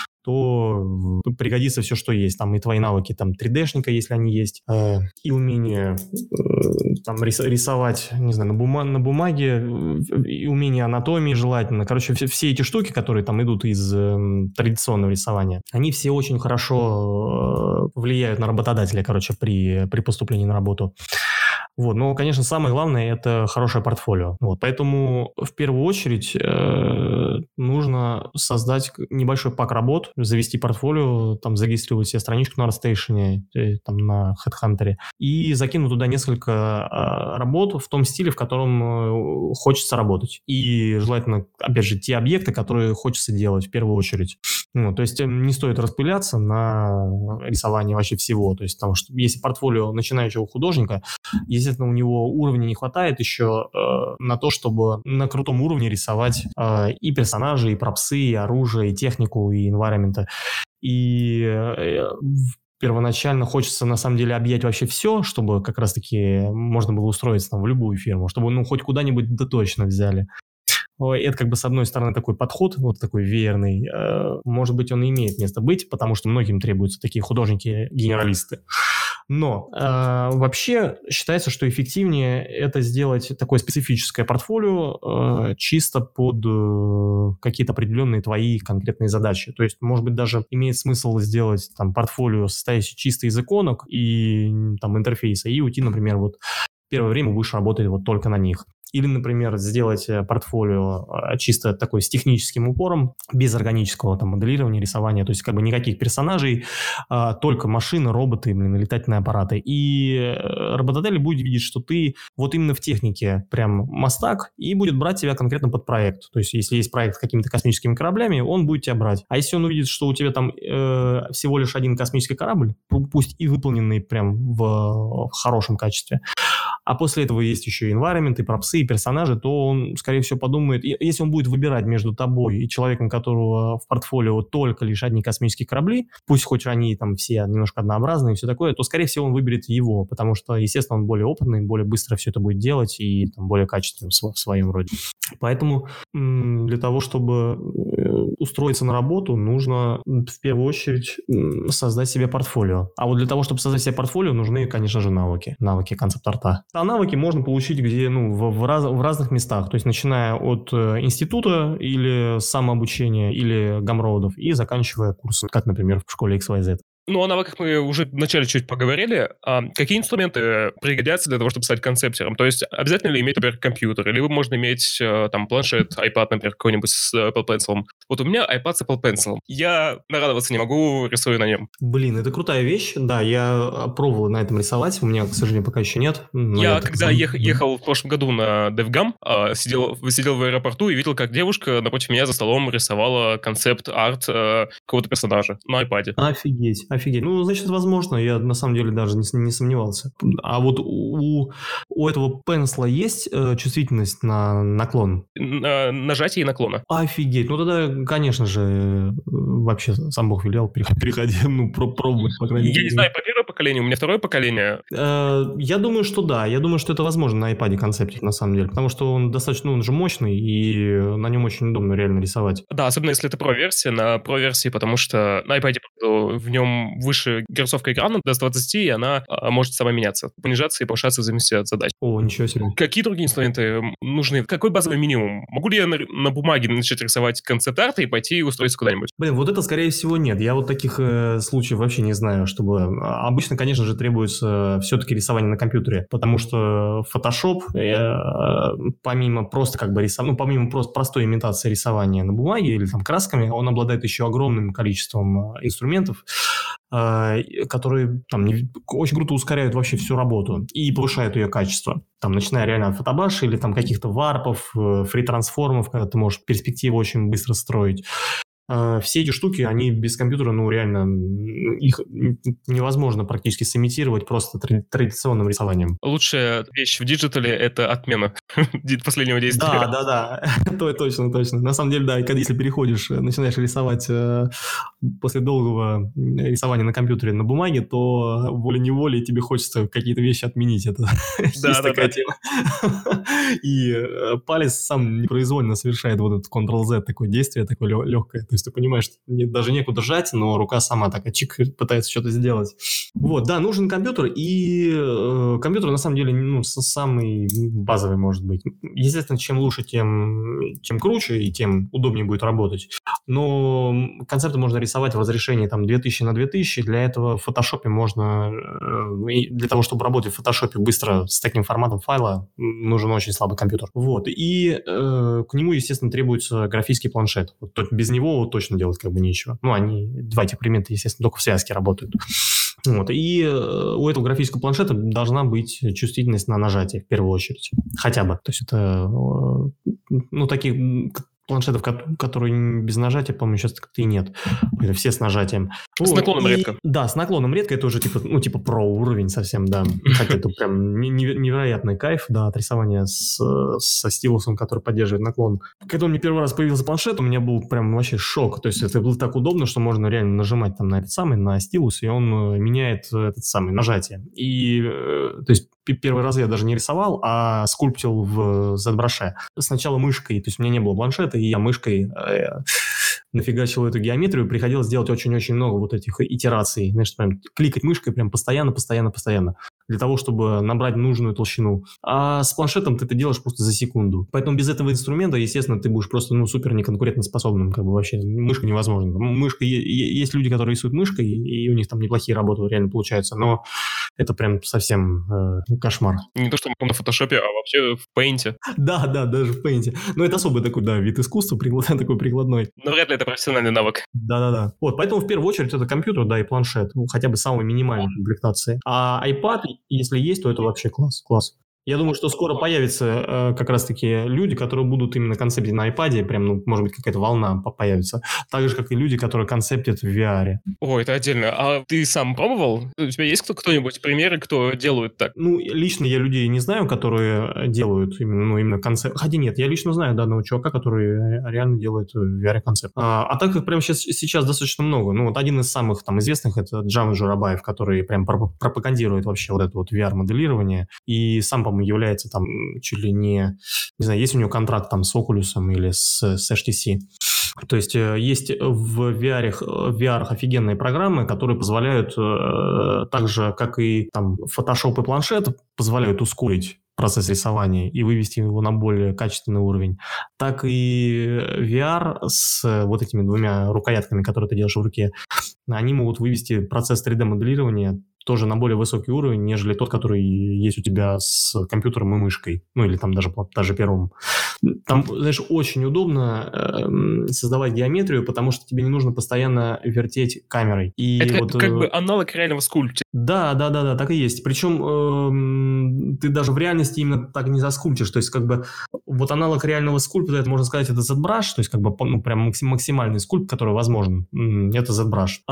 то пригодится все, что есть. Там и твои навыки там 3D-шника, если они есть, и умение там рисовать, не знаю, на бумаге, и умение анатомии желательно. Короче, все эти штуки, которые там идут из традиционного рисования, они все очень хорошо влияют на работодателя, короче, при поступлении на работу. Вот, но, конечно, самое главное – это хорошее портфолио. Вот, поэтому в первую очередь нужно создать небольшой пак работ, завести портфолио, там, зарегистрировать себе страничку на ArtStation, там, на HeadHunter, и закинуть туда несколько работ в том стиле, в котором хочется работать. И желательно, опять же, те объекты, которые хочется делать в первую очередь. Ну, то есть не стоит распыляться на рисование вообще всего. То есть, потому что если портфолио начинающего художника, естественно, у него уровня не хватает еще на то, чтобы на крутом уровне рисовать и персонажей, и пропсы, и оружие, и технику, и environment. И первоначально хочется, на самом деле, объять вообще все, чтобы как раз-таки можно было устроиться там в любую фирму, чтобы, ну, хоть куда-нибудь да точно взяли. Это как бы с одной стороны такой подход, вот такой веерный, может быть, он и имеет место быть, потому что многим требуются такие художники-генералисты. Но вообще считается, что эффективнее это сделать такое специфическое портфолио чисто под какие-то определенные твои конкретные задачи. То есть, может быть, даже имеет смысл сделать там портфолио, состоящее чисто из иконок и там интерфейса, и уйти, например, вот первое время будешь работать вот только на них. Или, например, сделать портфолио чисто такой с техническим упором, без органического там моделирования, рисования, то есть как бы никаких персонажей, только машины, роботы, летательные аппараты. И работодатель будет видеть, что ты вот именно в технике прям мастак, и будет брать тебя конкретно под проект. То есть если есть проект с какими-то космическими кораблями, он будет тебя брать. А если он увидит, что у тебя там всего лишь один космический корабль, пусть и выполненный прям в хорошем качестве, а после этого есть еще и environment, и пропсы, и персонажи, то он, скорее всего, подумает, если он будет выбирать между тобой и человеком, которого в портфолио только лишь одни космические корабли, пусть хоть они там все немножко однообразные и все такое, то, скорее всего, он выберет его, потому что, естественно, он более опытный, более быстро все это будет делать и там, более качественно в своем роде. Поэтому для того, чтобы устроиться на работу, нужно в первую очередь создать себе портфолио. А вот для того, чтобы создать себе портфолио, нужны, конечно же, навыки концепт-арта. А навыки можно получить где, в разных местах, то есть начиная от института или самообучения, или гамроудов, и заканчивая курсы, как, например, в школе XYZ. Ну, о навыках мы уже вначале чуть поговорили. Какие инструменты пригодятся для того, чтобы стать концептером? То есть обязательно ли иметь, например, компьютер? Или можно иметь там планшет, iPad, например, какой-нибудь с Apple Pencil? Вот у меня iPad с Apple Pencil. Я нарадоваться не могу, рисую на нем. Блин, это крутая вещь. Да, я пробовал на этом рисовать. У меня, к сожалению, пока еще нет. Я когда ехал в прошлом году на DevGam, сидел в аэропорту и видел, как девушка напротив меня за столом рисовала концепт-арт какого-то персонажа на iPad. Офигеть. Ну, значит, возможно, я на самом деле даже не сомневался. А вот у этого пенсла есть чувствительность на наклон? Нажатие и наклона. Офигеть. Ну, тогда конечно же, вообще сам Бог велел, переходи, пробовать, по крайней мере. Я не знаю про первое поколение, у меня второе поколение. Я думаю, что да. Я думаю, что это возможно на iPad концептик, на самом деле. Потому что он достаточно, он же мощный, и на нем очень удобно реально рисовать. Да, особенно если это Pro-версия, на Pro-версии, потому что на iPad в нем выше герцовка экрана до 120, и она может сама меняться, понижаться и повышаться в зависимости от задач. О, ничего себе. Какие другие инструменты нужны? Какой базовый минимум? Могу ли я на бумаге начать рисовать концепт-арт и пойти устроиться куда-нибудь? Блин, вот это, скорее всего, нет. Я вот таких случаев вообще не знаю, чтобы... Обычно, конечно же, требуется все-таки рисование на компьютере, потому что Photoshop, помимо просто как бы рисования, помимо просто простой имитации рисования на бумаге или там красками, он обладает еще огромным количеством инструментов, которые там очень круто ускоряют вообще всю работу и повышают ее качество. Там, начиная реально от фотобаша или там каких-то варпов, фри-трансформов, когда ты можешь перспективу очень быстро строить. Все эти штуки, они без компьютера, реально, их невозможно практически сымитировать просто традиционным рисованием. Лучшая вещь в диджитале – это отмена последнего действия. Да, точно. На самом деле, да, если переходишь, начинаешь рисовать после долгого рисования на компьютере на бумаге, то волей-неволей тебе хочется какие-то вещи отменить. Это есть такая тема. И палец сам непроизвольно совершает вот этот Ctrl-Z такое действие, такое легкое. То есть ты понимаешь, что даже некуда жать, но рука сама так чик пытается что-то сделать. Вот, да, нужен компьютер, и компьютер на самом деле самый базовый может быть. Естественно, чем лучше, тем круче и тем удобнее будет работать. Но концепты можно рисовать в разрешении там 2000 на 2000. Для этого в Photoshop можно, для того, чтобы работать в Photoshop быстро с таким форматом файла, нужен очень слабый компьютер. Вот, и к нему, естественно, требуется графический планшет. Вот, без него точно делать как бы нечего. Два этих элемента, естественно, только в связке работают. Вот. И у этого графического планшета должна быть чувствительность на нажатие в первую очередь. Хотя бы. То есть это таких планшетов, которые без нажатия, по-моему, сейчас как-то и нет. Это все с нажатием. С наклоном редко. Да, с наклоном редко. Это уже типа про уровень совсем, да. Хотя это прям невероятный кайф, да, от рисования со стилусом, который поддерживает наклон. Когда у меня первый раз появился планшет, у меня был прям вообще шок. То есть это было так удобно, что можно реально нажимать там на стилус, и он меняет нажатие. И, то есть, первый раз я даже не рисовал, а скульптил в ZBrush. Сначала мышкой, то есть у меня не было планшета, и я мышкой нафигачил эту геометрию, приходилось делать очень-очень много вот этих итераций. Значит, прям кликать мышкой прям постоянно, для того, чтобы набрать нужную толщину. А с планшетом ты это делаешь просто за секунду. Поэтому без этого инструмента, естественно, ты будешь просто супер неконкурентоспособным, как бы вообще. Мышка невозможно. Есть люди, которые рисуют мышкой, и у них там неплохие работы реально получаются, но это прям совсем кошмар. Не то, что на фотошопе, а вообще в Paint. Да, даже в Paint. Но это особый такой, да, вид искусства, такой прикладной. Но вряд ли это профессиональный навык. Да. Вот, поэтому в первую очередь это компьютер, да, и планшет. Хотя бы самой минимальной комплектации. А iPad, если есть, то это вообще класс. Я думаю, что скоро появятся как раз-таки люди, которые будут именно концептить на iPad, прям, может быть, какая-то волна появится. Так же, как и люди, которые концептят в VR. О, это отдельно. А ты сам пробовал? У тебя есть кто-нибудь примеры, кто делают так? Лично я людей не знаю, которые делают именно концепт. Хотя нет, я лично знаю данного чувака, который реально делает VR-концепт. А так как прямо сейчас достаточно много. Вот один из самых там известных — это Джамы Журабаев, который прям пропагандирует вообще вот это вот VR-моделирование. И сам, по-моему, является там чуть ли не знаю, есть у него контракт там с Oculus или с HTC. То есть есть в VR офигенные программы, которые позволяют, так же, как и там Photoshop и планшет, позволяют ускорить процесс рисования и вывести его на более качественный уровень, так и VR с вот этими двумя рукоятками, которые ты держишь в руке, они могут вывести процесс 3D-моделирования тоже на более высокий уровень, нежели тот, который есть у тебя с компьютером и мышкой, или там даже пером. Там, знаешь, очень удобно создавать геометрию, потому что тебе не нужно постоянно вертеть камерой. И это как бы аналог реального скульптора. Да, так и есть. Причем ты даже в реальности именно так не заскульптишь. То есть как бы вот аналог реального скульптора, это, можно сказать, это ZBrush, то есть как бы прям максимальный скульпт, который возможен, это ZBrush.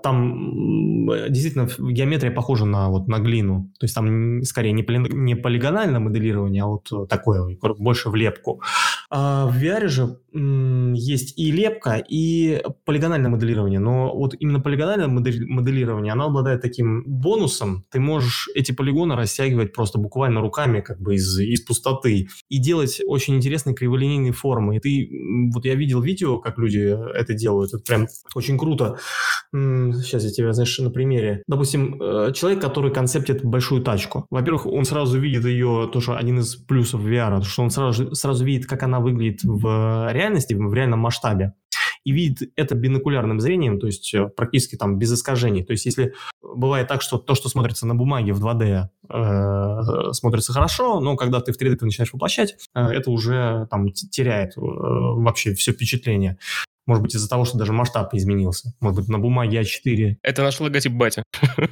Там действительно геометрия похожа на глину. То есть там скорее не полигональное моделирование, а вот такое, больше в лепку. В VR же есть и лепка, и полигональное моделирование. Но вот именно полигональное моделирование, оно обладает таким бонусом. Ты можешь эти полигоны растягивать просто буквально руками, как бы из пустоты, и делать очень интересные криволинейные формы. И вот я видел видео, как люди это делают. Это прям очень круто. Сейчас я тебе, знаешь, на примере. Допустим, человек, который концептит большую тачку. Во-первых, он сразу видит ее, то, что один из плюсов VR, что он сразу видит, как она выглядит в реальности, в реальном масштабе. И видит это бинокулярным зрением, то есть практически там без искажений. То есть если бывает так, что то, что смотрится на бумаге в 2D, смотрится хорошо, но когда ты в 3D ты начинаешь воплощать, это уже там теряет вообще все впечатление. Может быть, из-за того, что даже масштаб изменился. Может быть, на бумаге А4. Это наш логотип батя.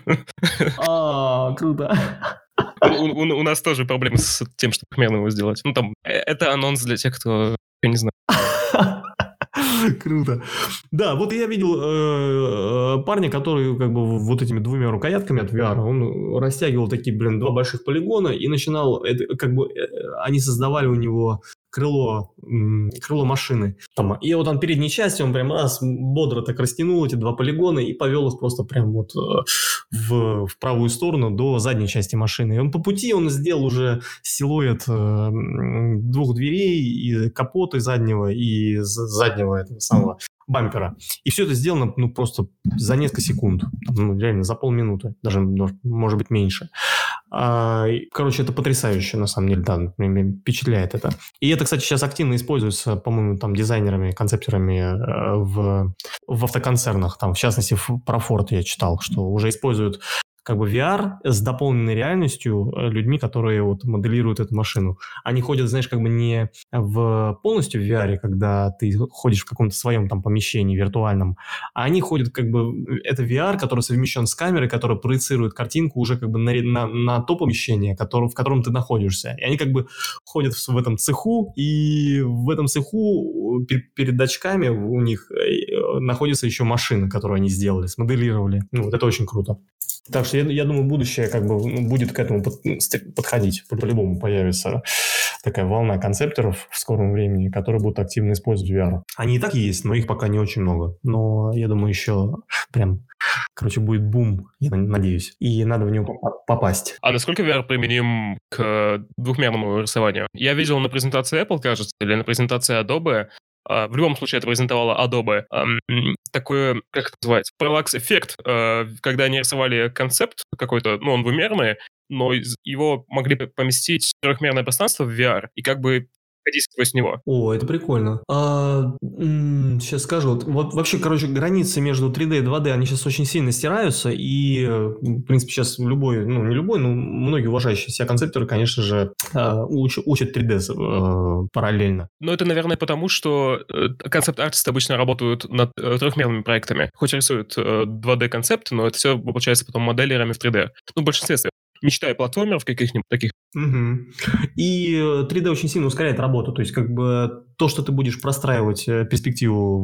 Круто. У нас тоже проблемы с тем, чтобы примерно его сделать. Ну, там, это анонс для тех, кто, я не знаю. Круто. Да, вот я видел парня, который как бы вот этими двумя рукоятками от VR, он растягивал такие, два больших полигона и начинал, как бы они создавали у него крыло машины. И вот он передней части, он прям бодро так растянул эти два полигона и повел их просто прям вот в правую сторону до задней части машины. И он по пути сделал уже силуэт двух дверей, и капота и заднего, и заднего этого самого бампера. И все это сделано просто за несколько секунд. Реально за полминуты. Даже, может быть, меньше. Короче, это потрясающе, на самом деле, да, меня впечатляет это. И это, кстати, сейчас активно используется, по-моему, там дизайнерами, концептерами в автоконцернах. Там, в частности, про Ford я читал, что уже используют как бы VR с дополненной реальностью людьми, которые вот моделируют эту машину. Они ходят, знаешь, как бы не полностью в VR, когда ты ходишь в каком-то своем там помещении виртуальном, а они ходят как бы... Это VR, который совмещен с камерой, которая проецирует картинку уже как бы на то помещение, в котором ты находишься. И они как бы ходят в этом цеху, и в этом цеху перед очками у них находится еще машина, которую они сделали, смоделировали. Вот это очень круто. Так что я думаю, будущее как бы будет к этому подходить. По-любому появится такая волна концепторов в скором времени, которые будут активно использовать VR. Они и так есть, но их пока не очень много. Но я думаю, еще прям, будет бум, я надеюсь. И надо в него попасть. А насколько VR применим к двухмерному рисованию? Я видел на презентации Apple, кажется, или на презентации Adobe. В любом случае, это презентовала Adobe. Такой, как это называется, параллакс-эффект, когда они рисовали концепт какой-то, он двумерный, но его могли поместить в трехмерное пространство в VR и как бы ходить сквозь него. О, это прикольно. Сейчас скажу. Вот вообще, границы между 3D и 2D, они сейчас очень сильно стираются, и, в принципе, сейчас любой, не любой, но многие уважающие себя концепторы, конечно же, учат 3D параллельно. Но это, наверное, потому, что концепт-артисты обычно работают над трехмерными проектами. Хоть рисуют 2D-концепты, но это все получается потом моделерами в 3D. В большинстве своем. Не считая платформеров каких-нибудь таких. Угу. И 3D очень сильно ускоряет работу. То есть, как бы то, что ты будешь простраивать перспективу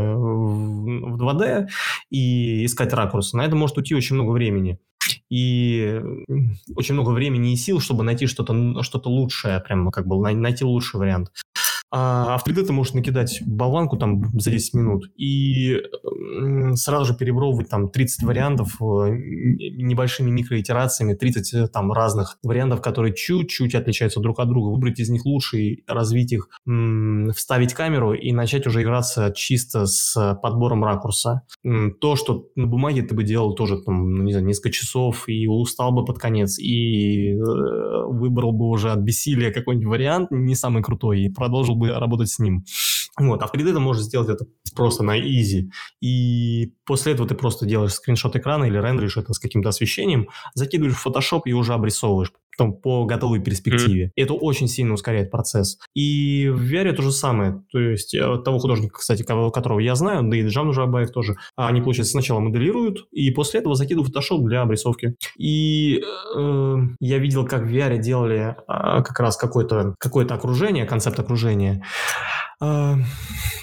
в 2D и искать ракурс, на это может уйти очень много времени. И очень много времени и сил, чтобы найти что-то лучшее, прям как бы найти лучший вариант. А в 3D ты можешь накидать болванку там за 10 минут и сразу же перебровывать там 30 вариантов небольшими микроитерациями, 30 там разных вариантов, которые чуть-чуть отличаются друг от друга, выбрать из них лучший, развить их, вставить камеру и начать уже играться чисто с подбором ракурса. То, что на бумаге ты бы делал тоже там, несколько часов и устал бы под конец, и выбрал бы уже от бессилия какой-нибудь вариант, не самый крутой, и продолжил бы работать с ним. Вот. А в 3D ты можешь сделать это просто на easy. И после этого ты просто делаешь скриншот экрана или рендеришь это с каким-то освещением, закидываешь в Photoshop и уже обрисовываешь потом по готовой перспективе. И это очень сильно ускоряет процесс. И в VR то же самое. То есть того художника, кстати, которого я знаю, да и Джан Жабаев тоже, они, получается, сначала моделируют, и после этого закидывают в Photoshop для обрисовки. И я видел, как в VR делали как раз какое-то окружение, концепт окружения.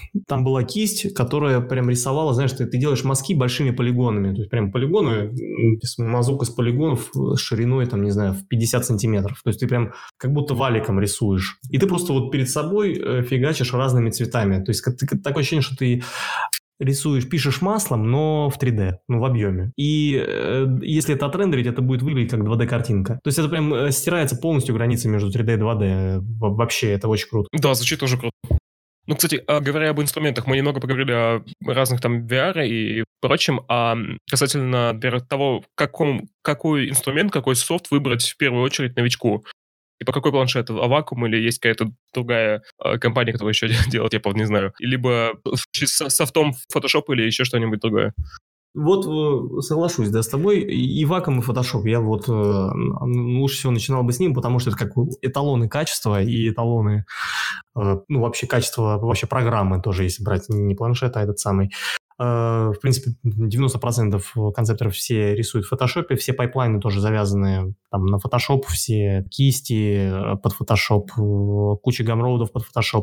там была кисть, которая прям рисовала, знаешь, ты делаешь мазки большими полигонами, то есть прям полигоны, мазок из полигонов шириной, там, не знаю, в 50 сантиметров. То есть ты прям как будто валиком рисуешь. И ты просто вот перед собой фигачишь разными цветами. То есть такое ощущение, что ты рисуешь, пишешь маслом, но в 3D, ну, в объеме. И если это отрендерить, это будет выглядеть как 2D-картинка. То есть это прям стирается полностью граница между 3D и 2D. Вообще, это очень круто. Да, звучит тоже круто. Ну, кстати, говоря об инструментах, мы немного поговорили о разных там VR и прочем, а касательно, например, того, какой инструмент, какой софт выбрать в первую очередь новичку. И по какой планшет? А Wacom или есть какая-то другая компания, которая еще делает, я, правда, не знаю. Либо с софтом Photoshop или еще что-нибудь другое. Вот соглашусь, да, с тобой. И Wacom, и Photoshop. Я вот лучше всего начинал бы с ним, потому что это как эталоны качества и эталоны, ну, вообще качества вообще программы тоже, если брать не планшет, а этот самый. В принципе, 90% концепторов все рисуют в Photoshop, все пайплайны тоже завязаны там на Photoshop, все кисти под Photoshop, куча гамроудов под Photoshop.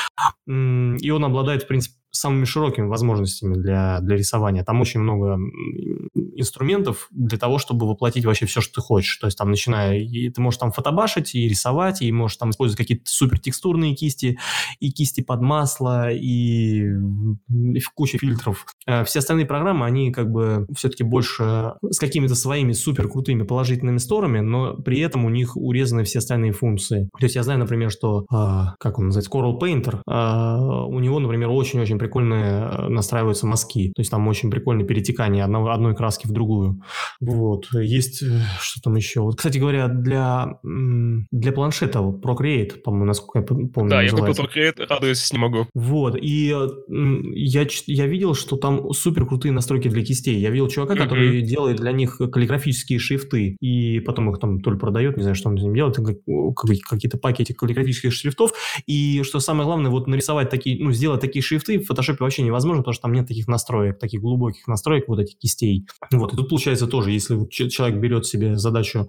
И он обладает, в принципе, самыми широкими возможностями для рисования. Там очень много инструментов для того, чтобы воплотить вообще все, что ты хочешь. То есть там начиная, и ты можешь там фотобашить и рисовать, и можешь там использовать какие-то супертекстурные кисти, и кисти под масло, и куча фильтров. Все остальные программы, они как бы все-таки больше с какими-то своими супер крутыми положительными сторонами, но при этом у них урезаны все остальные функции. То есть я знаю, например, что, как он называется, Coral Painter, у него, например, очень-очень прикольно настраиваются мазки. То есть там очень прикольное перетекание одной краски в другую. Вот. Есть, что там еще? Вот, кстати говоря, для планшета Procreate, по-моему, насколько я помню, да, называется. Я купил Procreate, радуюсь, не могу. Вот. И я видел, что там супер крутые настройки для кистей. Я видел чувака, который делает для них каллиграфические шрифты, и потом их там то ли продает, не знаю, что он с ним делает, какие-то паки этих каллиграфических шрифтов. И что самое главное, вот нарисовать такие, ну, сделать такие шрифты в Photoshop вообще невозможно, потому что там нет таких настроек, таких глубоких настроек вот этих кистей. Вот. И тут получается тоже, если человек берет себе задачу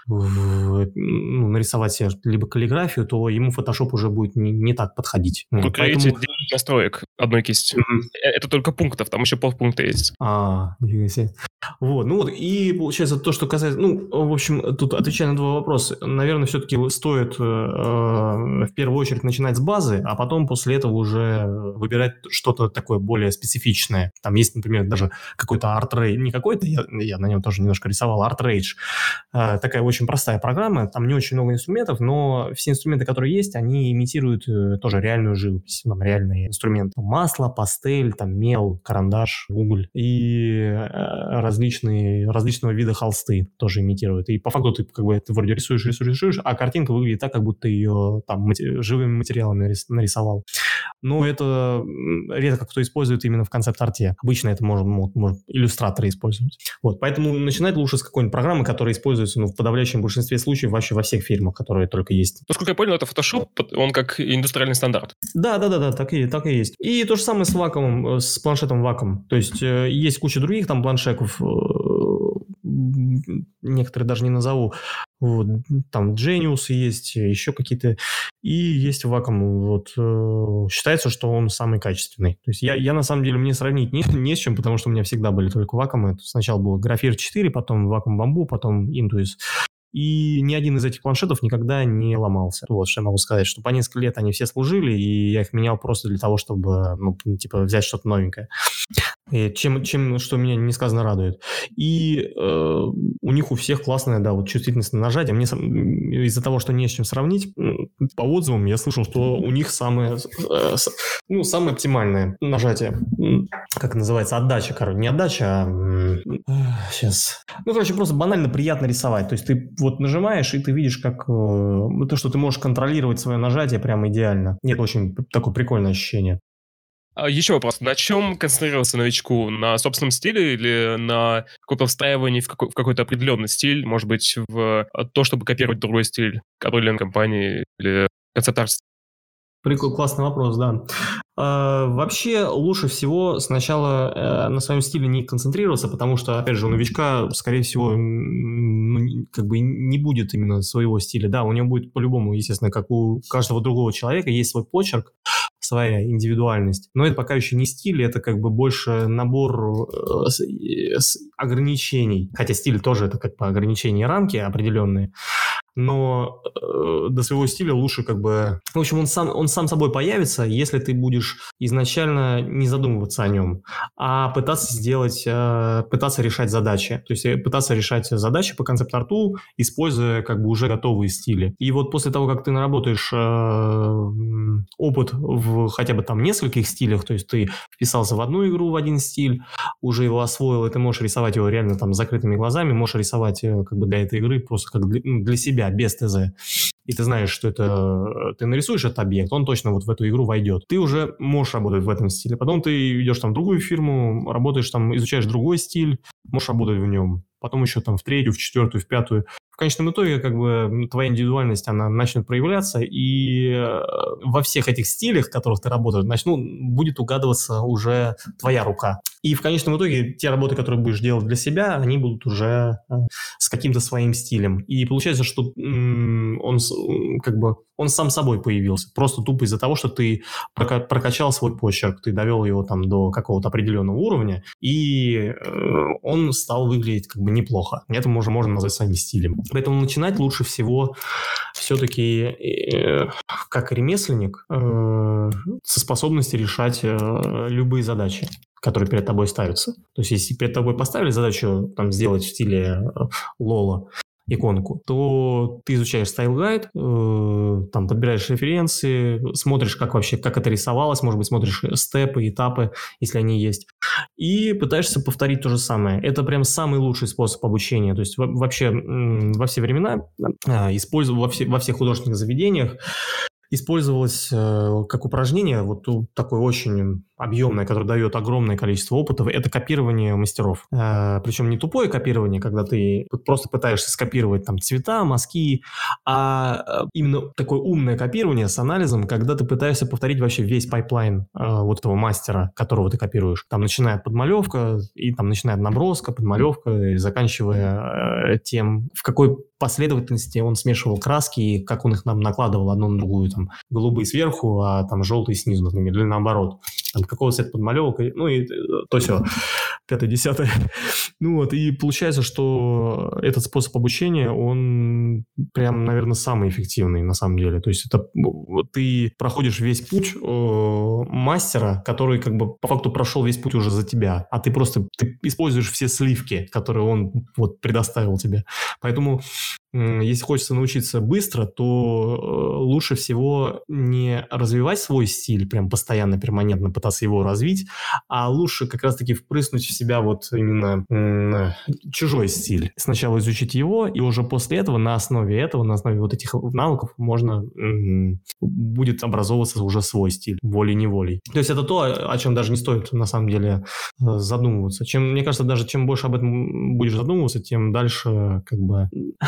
нарисовать себе либо каллиграфию, то ему Photoshop уже будет не так подходить. В Procreate 9 настроек одной кисти. Это только пунктов, там еще полпункта есть. Нифига себе. Вот, ну вот, и получается то, что касается, ну, в общем, тут отвечая на твой вопрос, наверное, все-таки стоит в первую очередь начинать с базы, а потом после этого уже выбирать что-то такое более специфичное. Там есть, например, даже какой-то ArtRage, не какой-то, я на нем тоже немножко рисовал, ArtRage. Такая очень простая программа, там не очень много инструментов, но все инструменты, которые есть, они имитируют тоже реальную живопись, там реальные инструменты. Масло, пастель, там мел, карандаш, уголь и различного вида холсты тоже имитируют. И по факту ты как бы ты вроде рисуешь, а картинка выглядит так, как будто ее там живыми материалами нарисовал. Но это редко кто использует именно в концепт-арте. Обычно это может иллюстраторы использовать. Вот, поэтому начинать лучше с какой-нибудь программы, которая используется в подавляющем большинстве случаев вообще во всех фильмах, которые только есть. Насколько я понял, это Photoshop, он как индустриальный стандарт. Да, так и есть. И то же самое с Wacom, с планшетом Wacom. То есть есть куча других там планшетов, некоторые даже не назову. Вот, там Genius есть, еще какие-то. И есть Wacom. Вот, считается, что он самый качественный. То есть я на самом деле, мне сравнить не с чем, потому что у меня всегда были только Wacom. Сначала был Graphir 4, потом Wacom Bamboo, потом Intuos. И ни один из этих планшетов никогда не ломался. Вот что я могу сказать, что по несколько лет они все служили, и я их менял просто для того, чтобы, взять что-то новенькое. И что меня несказанно радует. И у них у всех классная, вот чувствительность на нажатие. Мне из-за того, что не с чем сравнить, по отзывам я слышал, что у них самое оптимальное нажатие. Как это называется? Отдача, не отдача, а... Сейчас. Просто банально приятно рисовать. То есть ты вот нажимаешь, и ты видишь, как то, что ты можешь контролировать свое нажатие прямо идеально. Нет, очень такое прикольное ощущение. Еще вопрос. На чем концентрироваться новичку? На собственном стиле или на каком-то встраивании в какой-то определенный стиль? Может быть, в то, чтобы копировать другой стиль определенной компании или концепт-арт? Классный вопрос, да. Вообще лучше всего сначала на своем стиле не концентрироваться, потому что, опять же, у новичка, скорее всего, не будет именно своего стиля. Да, у него будет по-любому, естественно, как у каждого другого человека, есть свой почерк, своя индивидуальность. Но это пока еще не стиль, это как бы больше набор ограничений. Хотя стиль тоже это как бы ограничения и рамки определенные. Но до своего стиля лучше как бы... В общем, он сам собой появится, если ты будешь изначально не задумываться о нем, а пытаться решать задачи. То есть пытаться решать задачи по концепт-арту, используя как бы уже готовые стили. И вот после того, как ты наработаешь опыт в хотя бы там нескольких стилях, то есть ты вписался в одну игру в один стиль, уже его освоил, и ты можешь рисовать его реально там с закрытыми глазами, можешь рисовать как бы для этой игры просто как для себя, без ТЗ. И ты знаешь, что это ты нарисуешь этот объект, он точно вот в эту игру войдет. Ты уже можешь работать в этом стиле. Потом ты идешь там в другую фирму, работаешь там, изучаешь другой стиль, можешь работать в нем. Потом еще там в третью, в четвертую, в пятую. В конечном итоге как бы твоя индивидуальность, она начнет проявляться, и во всех этих стилях, в которых ты работаешь, будет угадываться уже твоя рука. И в конечном итоге те работы, которые будешь делать для себя, они будут уже с каким-то своим стилем. И получается, что он сам собой появился. Просто тупо из-за того, что ты прокачал свой почерк, ты довел его там до какого-то определенного уровня, и он стал выглядеть как бы неплохо. Это можно назвать своим стилем. Поэтому начинать лучше всего все-таки как ремесленник со способностью решать любые задачи, которые перед тобой ставятся. То есть, если перед тобой поставили задачу там, сделать в стиле Лола иконку, то ты изучаешь стайл-гайд, там подбираешь референсы, смотришь, как это рисовалось, может быть, смотришь степы, этапы, если они есть, и пытаешься повторить то же самое. Это прям самый лучший способ обучения. То есть вообще во все времена, во всех художественных заведениях использовалось как упражнение, вот такое очень объемное, которое дает огромное количество опыта, это копирование мастеров. Причем не тупое копирование, когда ты просто пытаешься скопировать там цвета, мазки, а именно такое умное копирование с анализом, когда ты пытаешься повторить вообще весь пайплайн вот этого мастера, которого ты копируешь. Там начиная подмалевка, и там начиная наброска, подмалевка, и заканчивая тем, в какой последовательности он смешивал краски, и как он их нам накладывал одну на другую, там, голубые сверху, а там желтые снизу, например, или наоборот. Там, какого цвета подмалевок, ну и то все, 5-10. Ну вот, и получается, что этот способ обучения, он прям, наверное, самый эффективный на самом деле. То есть это ты проходишь весь путь мастера, который как бы по факту прошел весь путь уже за тебя, а ты используешь все сливки, которые он вот предоставил тебе. Поэтому если хочется научиться быстро, то лучше всего не развивать свой стиль, прям постоянно, перманентно пытаться его развить, а лучше как раз-таки впрыснуть в себя вот именно чужой стиль. Сначала изучить его, и уже после этого на основе вот этих навыков можно будет образовываться уже свой стиль, волей-неволей. То есть это то, о чем даже не стоит на самом деле задумываться. Мне кажется, даже чем больше об этом будешь задумываться, тем дальше как бы...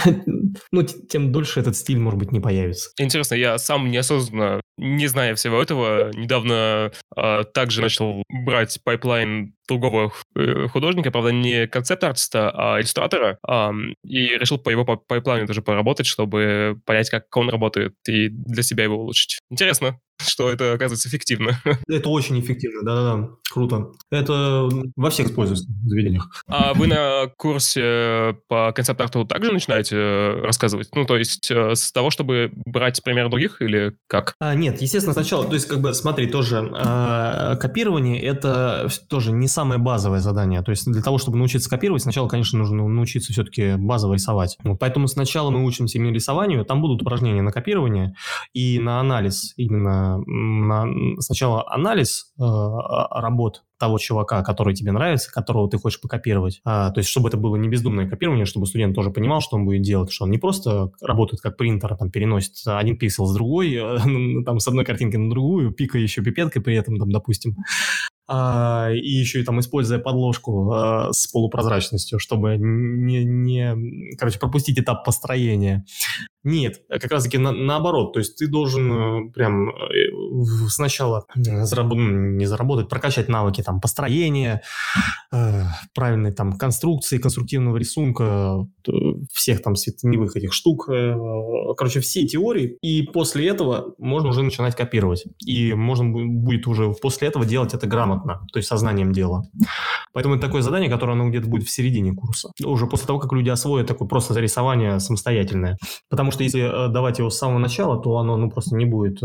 тем дольше этот стиль, может быть, не появится. Интересно, я сам неосознанно, не зная всего этого, недавно также начал брать пайплайн другого художника, правда, не концепт-артиста, а иллюстратора, и решил по его пайплайну тоже поработать, чтобы понять, как он работает, и для себя его улучшить. Интересно, что это, оказывается, эффективно. Это очень эффективно, да-да-да, круто. Это во всех используется заведениях. А вы на курсе по концепт-арту также начинаете рассказывать? Ну, то есть с того, чтобы брать пример других, или как? Нет, естественно, сначала, то есть, как бы, смотри, тоже копирование – это тоже не самое базовое задание. То есть, для того, чтобы научиться копировать, сначала, конечно, нужно научиться все-таки базово рисовать. Поэтому сначала мы учимся именно рисованию, там будут упражнения на копирование и на анализ. Именно сначала анализ работ того чувака, который тебе нравится, которого ты хочешь покопировать. То есть, чтобы это было не бездумное копирование, чтобы студент тоже понимал, что он будет делать, что он не просто работает как принтер, там, переносит один пиксель с другой, там, с одной картинки на другую, пикая еще пипеткой при этом, там, допустим. и еще и там используя подложку с полупрозрачностью, чтобы короче, пропустить этап построения. Нет, как раз-таки наоборот. То есть ты должен прям сначала не заработать, прокачать навыки там построения, правильной там конструкции, конструктивного рисунка, всех там световых этих штук. Короче, все теории. И после этого можно уже начинать копировать. И можно будет уже после этого делать это грамотно, то есть сознанием дела. Поэтому это такое задание, которое оно где-то будет в середине курса. Уже после того, как люди освоят такое просто рисование самостоятельное. Потому что если давать его с самого начала, то оно просто не будет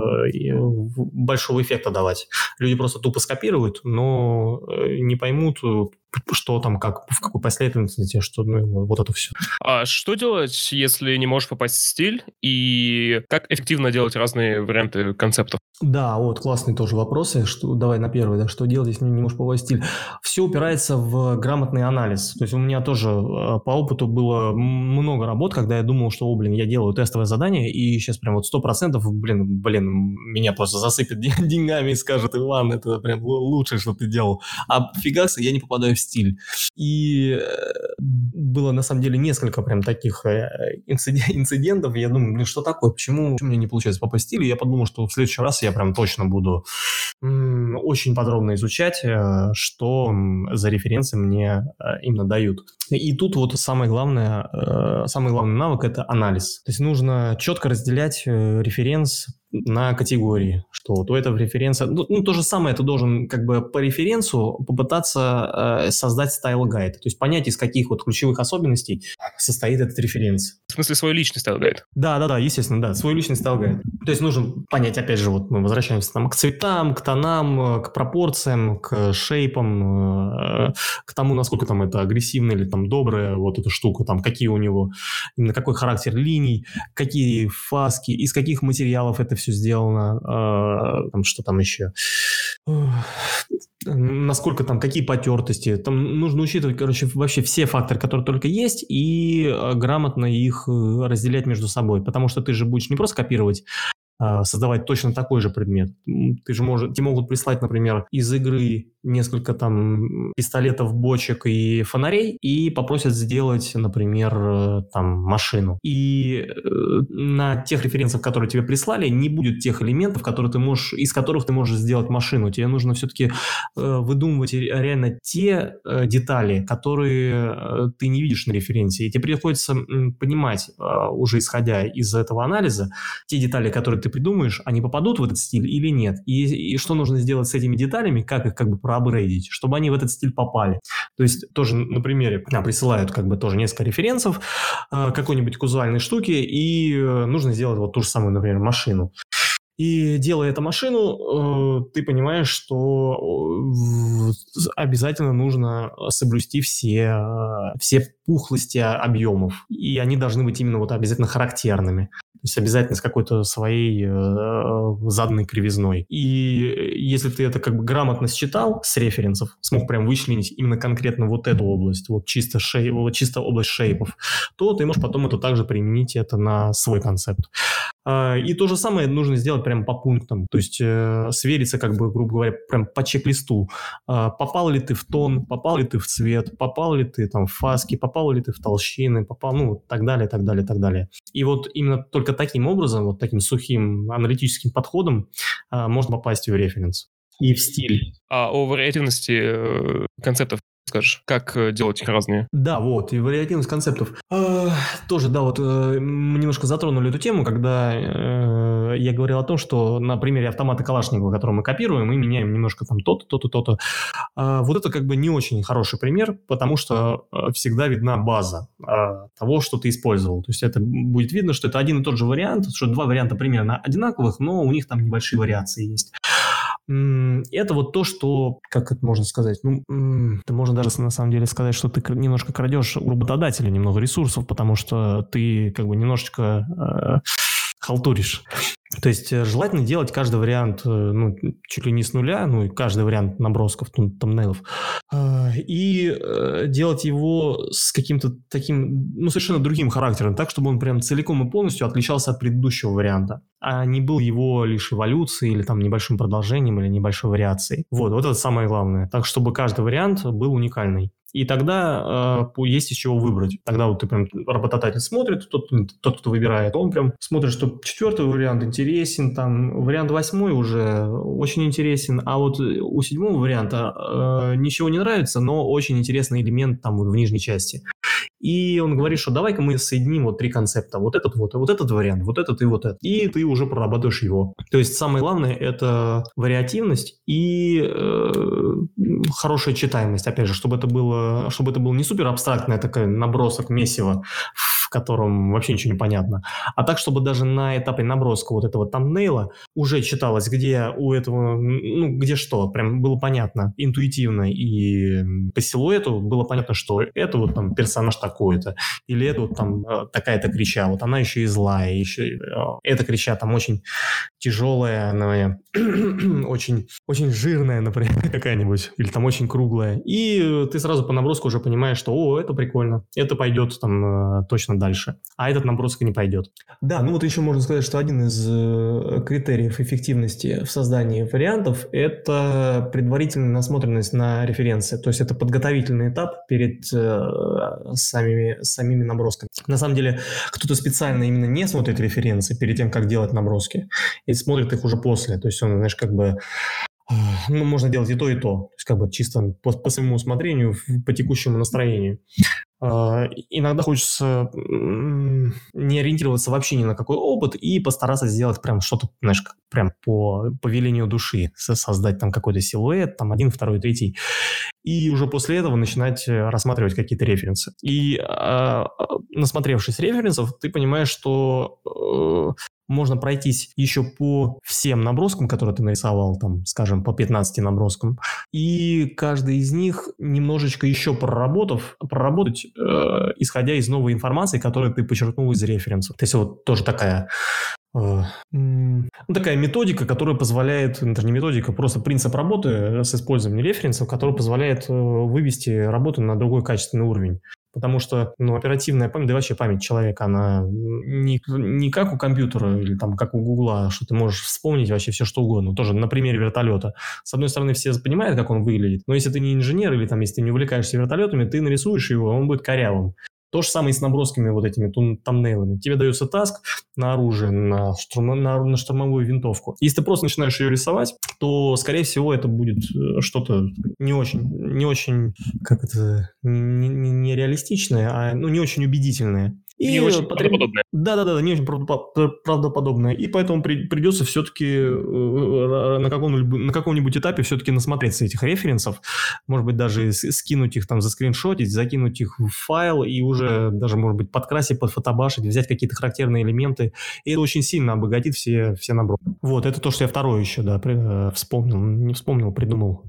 большого эффекта давать. Люди просто тупо скопируют, но не поймут, что там, как, в какой последовательности, что, вот это все. А что делать, если не можешь попасть в стиль? И как эффективно делать разные варианты концептов? Да, вот классные тоже вопросы. Давай на первый, да, что делать, если не можешь попасть в стиль? Все упирается в грамотный анализ. То есть у меня тоже по опыту было много работ, когда я думал, что, я делаю тестовое задание, и сейчас прям вот 100%, меня просто засыпят деньгами и скажут: Иван, это прям лучшее, что ты делал. А фигакс, я не попадаю в стиль. И было на самом деле несколько прям таких инцидентов. Я думаю, что такое, почему мне не получается попасть в стиль? И я подумал, что в следующий раз я прям точно буду очень подробно изучать, что за референсы мне именно дают. И тут вот самый главный навык – это анализ. То есть нужно четко разделять референс на категории, что вот у этого референса... то же самое, ты должен как бы по референсу попытаться создать стайл-гайд, то есть понять, из каких вот ключевых особенностей состоит этот референс. В смысле, свой личный стайл-гайд? Да, естественно, да, свой личный стайл-гайд. То есть нужно понять, опять же, вот мы возвращаемся там к цветам, к тонам, к пропорциям, к шейпам, к тому, насколько там это агрессивно или там добрая вот эта штука, там какие у него, именно какой характер линий, какие фаски, из каких материалов это все сделано, там, что там еще, насколько там, какие потертости. Там нужно учитывать, вообще все факторы, которые только есть, и грамотно их разделять между собой, потому что ты же будешь не просто копировать, создавать точно такой же предмет. Тебе могут прислать, например, из игры несколько там пистолетов, бочек и фонарей и попросят сделать, например, там машину. И на тех референсах, которые тебе прислали, не будет тех элементов, из которых ты можешь сделать машину. Тебе нужно все-таки выдумывать реально те детали, которые ты не видишь на референсе. И тебе приходится понимать, уже исходя из этого анализа, те детали, которые ты придумаешь, они попадут в этот стиль или нет. И что нужно сделать с этими деталями, как их как бы проапгрейдить, чтобы они в этот стиль попали. То есть тоже на примере присылают как бы тоже несколько референсов какой-нибудь казуальной штуки, и нужно сделать вот ту же самую, например, машину. И делая эту машину, ты понимаешь, что обязательно нужно соблюсти все пухлости объемов. И они должны быть именно вот обязательно характерными. То есть обязательно с какой-то своей заданной кривизной. И если ты это как бы грамотно считал с референсов, смог прям вычленить именно конкретно вот эту область, вот чисто область шейпов, то ты можешь потом это также применить на свой концепт. И то же самое нужно сделать прям по пунктам, то есть свериться, как бы, грубо говоря, прям по чек-листу. Попал ли ты в тон, попал ли ты в цвет, попал ли ты там в фаски, попал ли ты в толщины, так далее, так далее, так далее. И вот именно только таким образом, вот таким сухим аналитическим подходом можно попасть в референс и в стиль. А о вариативности концептов скажешь? Как делать их разные? Да, вот, и вариативность концептов. Тоже, да, вот мы немножко затронули эту тему, когда я говорил о том, что на примере автомата Калашникова, который мы копируем, мы меняем немножко там то-то, то-то, то-то. Вот это как бы не очень хороший пример, потому что всегда видна база того, что ты использовал. То есть это будет видно, что это один и тот же вариант, что два варианта примерно одинаковых, но у них там небольшие вариации есть. Это вот то, что, как это можно сказать, это можно даже на самом деле сказать, что ты немножко крадешь у работодателя немного ресурсов, потому что ты как бы немножечко халтуришь. То есть желательно делать каждый вариант, ну, чуть ли не с нуля, ну, и каждый вариант набросков, тамнейлов, и делать его с каким-то таким, ну, совершенно другим характером, так, чтобы он прям целиком и полностью отличался от предыдущего варианта, а не был его лишь эволюцией или там небольшим продолжением или небольшой вариацией. Вот это самое главное. Так, чтобы каждый вариант был уникальный. И тогда есть из чего выбрать. Тогда вот ты прям, работодатель смотрит, тот, кто выбирает, он прям смотрит, что 4-й вариант интересен, там вариант 8-й уже очень интересен, а вот у 7-го варианта ничего не нравится, но очень интересный элемент там в нижней части. И он говорит, что давай-ка мы соединим вот 3 концепта. Вот этот вариант, вот этот и вот этот. И ты уже прорабатываешь его. То есть самое главное – это вариативность и хорошая читаемость. Опять же, чтобы это было не супер абстрактное такое набросок месиво, в котором вообще ничего не понятно, а так, чтобы даже на этапе наброска вот этого тамбнейла уже читалось, где у этого, ну, где что, прям было понятно, интуитивно, и по силуэту было понятно, что это вот там персонаж такой-то, или это вот там такая-то крича, вот она еще и злая, еще эта крича там очень тяжелая, она очень, очень жирная, например, какая-нибудь, или там очень круглая, и ты сразу по наброску уже понимаешь, что, о, это прикольно, это пойдет там точно дальше, а этот набросок не пойдет. Да, ну вот еще можно сказать, что один из критериев эффективности в создании вариантов – это предварительная насмотренность на референсы, то есть это подготовительный этап перед самими набросками. На самом деле, кто-то специально именно не смотрит референсы перед тем, как делать наброски, и смотрит их уже после, то есть он, знаешь, как бы, ну, можно делать и то, и то. То есть как бы чисто по своему усмотрению, по текущему настроению. Иногда хочется не ориентироваться вообще ни на какой опыт и постараться сделать прям что-то, знаешь, прям по велению души, создать там какой-то силуэт, там 1, 2, 3, и уже после этого начинать рассматривать какие-то референсы. И насмотревшись референсов, ты понимаешь, что можно пройтись еще по всем наброскам, которые ты нарисовал, там, скажем, по 15 наброскам, и каждый из них немножечко еще проработать, исходя из новой информации, которую ты почерпнул из референсов. То есть вот тоже такая методика, которая позволяет, это не методика, просто принцип работы с использованием референсов, который позволяет вывести работу на другой качественный уровень. Потому что, ну, оперативная память, да и вообще память человека, она не как у компьютера или там как у Гугла, что ты можешь вспомнить вообще все, что угодно. Тоже на примере вертолета. С одной стороны, все понимают, как он выглядит, но если ты не инженер или там, если ты не увлекаешься вертолетами, ты нарисуешь его, он будет корявым. То же самое и с набросками вот этими тамнейлами. Тебе дается таск на оружие, на штурмовую винтовку. Если ты просто начинаешь ее рисовать, то, скорее всего, это будет что-то не очень, как это, не реалистичное, а не очень убедительное. Не очень правдоподобное. Да, не очень правдоподобное. И поэтому придется все-таки на каком-нибудь этапе все-таки насмотреться этих референсов. Может быть, даже скинуть их там, заскриншотить, закинуть их в файл и уже даже, может быть, подкрасить, подфотобашить, взять какие-то характерные элементы. И это очень сильно обогатит все наброски. Вот, это то, что я второе еще, да, придумал.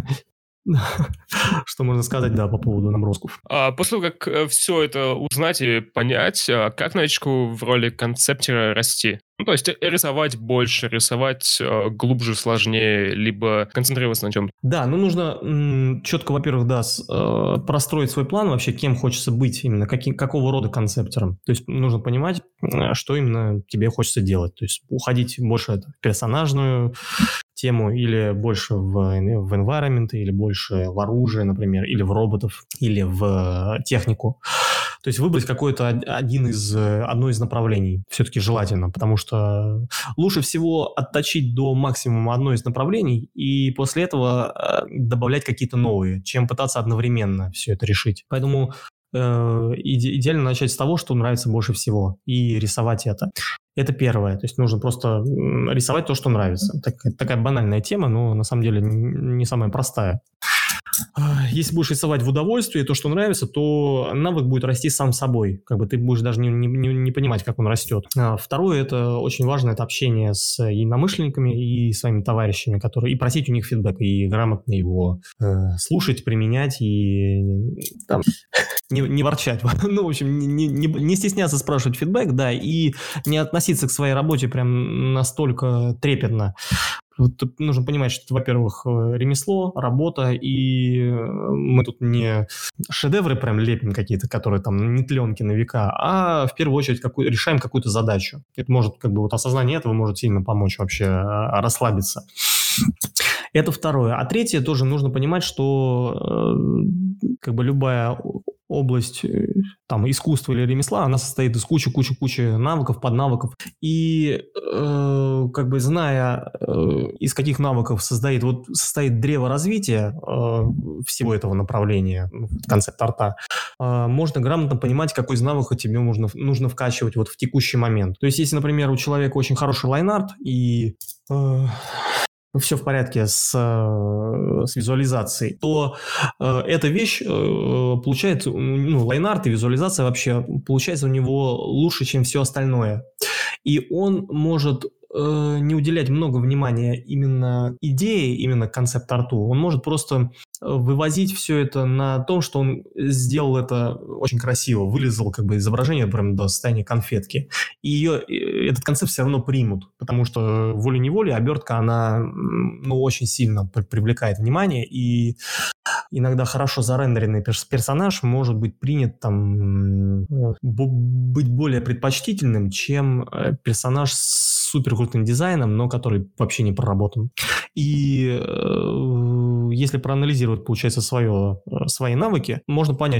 Что можно сказать, да, по поводу набросков. После того, как все это узнать и понять, как новичку в роли концептера расти? Ну, то есть рисовать больше, рисовать глубже, сложнее, либо концентрироваться на чем-то. Да, ну нужно четко, во-первых, да, простроить свой план вообще, кем хочется быть, именно какого рода концептером. То есть нужно понимать, что именно тебе хочется делать. То есть уходить больше в персонажную тему или больше в environment, или больше в оружие, например, или в роботов, или в технику. То есть выбрать одно из направлений все-таки желательно, потому что лучше всего отточить до максимума одно из направлений и после этого добавлять какие-то новые, чем пытаться одновременно все это решить. Поэтому идеально начать с того, что нравится больше всего, и рисовать это. Это первое. То есть нужно просто рисовать то, что нравится. Такая банальная тема, но на самом деле не самая простая. Если будешь рисовать в удовольствие, то, что нравится, то навык будет расти сам собой. Как бы ты будешь даже не понимать, как он растет. Второе, это очень важно, это общение с единомышленниками и своими товарищами, и просить у них фидбэк, и грамотно его слушать, применять, и там, не ворчать. Ну, в общем, не стесняться спрашивать фидбэк, да, и не относиться к своей работе прям настолько трепетно. Тут нужно понимать, что это, во-первых, ремесло, работа, и мы тут не шедевры прям лепим какие-то, которые там нетленки на века, а в первую очередь решаем какую-то задачу. Это может, как бы, вот осознание этого может сильно помочь вообще расслабиться. Это второе. А третье, тоже нужно понимать, что как бы любая область там искусства или ремесла, она состоит из кучи навыков, поднавыков. И как бы зная, из каких навыков состоит древо развития всего этого направления, концепт-арта, можно грамотно понимать, какой из навыков тебе нужно вкачивать вот в текущий момент. То есть, если, например, у человека очень хороший лайн-арт и все в порядке с визуализацией, то эта вещь получается, лайн-арт и визуализация вообще получается у него лучше, чем все остальное. И он может не уделять много внимания именно идее, именно концепт-арту. Он может просто вывозить все это на том, что он сделал это очень красиво, вылезал как бы изображение прям до состояния конфетки. И этот концепт все равно примут, потому что волей-неволей обертка, она очень сильно привлекает внимание, и иногда хорошо зарендеренный персонаж может быть принят там, быть более предпочтительным, чем персонаж с суперкрутым дизайном, но который вообще не проработан. И если проанализировать, получается, свои навыки, можно понять,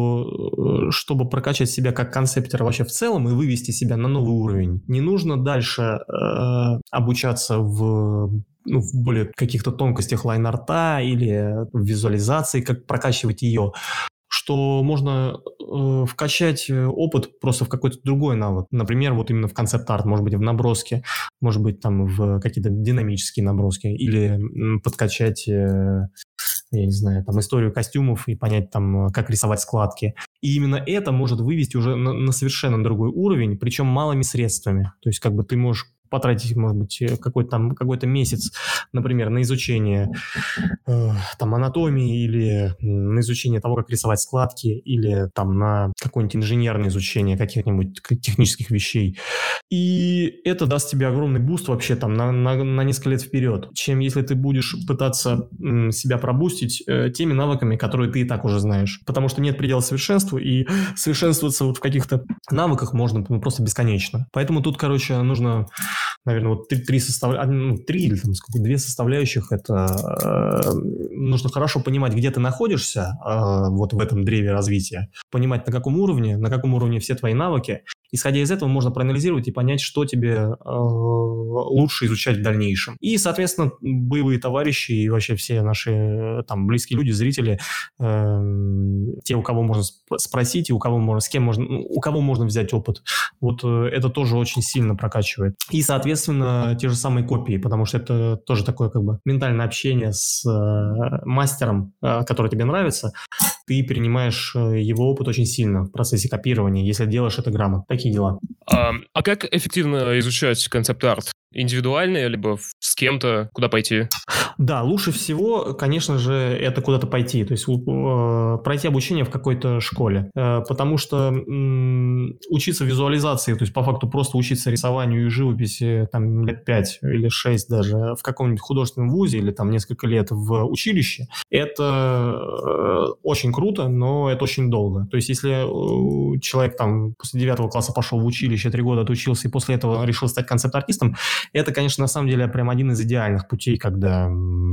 что чтобы прокачать себя как концептера вообще в целом и вывести себя на новый уровень, не нужно дальше обучаться в более каких-то тонкостях лайн-арта или в визуализации, как прокачивать ее, что можно вкачать опыт просто в какой-то другой навык. Например, вот именно в концепт-арт, может быть, в наброске, может быть, там в какие-то динамические наброски, или подкачать, я не знаю, там историю костюмов и понять там, как рисовать складки. И именно это может вывести уже на совершенно другой уровень, причем малыми средствами. То есть как бы ты можешь потратить, может быть, какой-то месяц, например, на изучение там анатомии или на изучение того, как рисовать складки, или там на какое-нибудь инженерное изучение каких-нибудь технических вещей. И это даст тебе огромный буст вообще там на несколько лет вперед, чем если ты будешь пытаться себя пробустить теми навыками, которые ты и так уже знаешь. Потому что нет предела совершенству, и совершенствоваться вот в каких-то навыках можно просто бесконечно. Поэтому тут, короче, нужно, наверное, вот три или там две составляющих. Это нужно хорошо понимать, где ты находишься вот в этом древе развития, понимать, на каком уровне все твои навыки. Исходя из этого, можно проанализировать и понять, что тебе лучше изучать в дальнейшем. И, соответственно, боевые товарищи и вообще все наши там близкие люди, зрители, те, у кого можно спросить, и у кого можно взять опыт, вот это тоже очень сильно прокачивает. И, соответственно, те же самые копии, потому что это тоже такое как бы ментальное общение с мастером, который тебе нравится. Ты перенимаешь его опыт очень сильно в процессе копирования, если делаешь это грамотно. Такие дела. А как эффективно изучать концепт-арт? Индивидуально, либо с кем-то? Куда пойти? Да, лучше всего, конечно же, это куда-то пойти. То есть пройти обучение в какой-то школе. Потому что учиться визуализации, то есть по факту просто учиться рисованию и живописи там лет 5 или 6 даже в каком-нибудь художественном вузе или там несколько лет в училище, это очень круто, но это очень долго. То есть если человек там после 9 класса пошел в училище, 3 года отучился и после этого решил стать концепт-артистом, это, конечно, на самом деле прям один из идеальных путей, когда,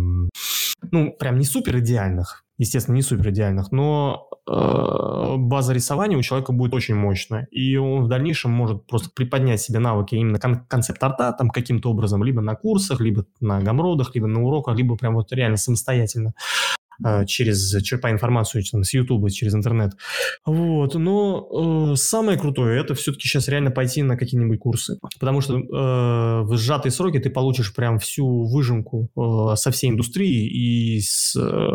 прям не супер идеальных, естественно, не супер идеальных, но база рисования у человека будет очень мощная, и он в дальнейшем может просто приподнять себе навыки именно концепт-арта там каким-то образом, либо на курсах, либо на гамродах, либо на уроках, либо прям вот реально самостоятельно. черпая информацию там, с YouTube, через интернет. Вот. Но самое крутое, это все-таки сейчас реально пойти на какие-нибудь курсы. Потому что в сжатые сроки ты получишь прям всю выжимку со всей индустрии и с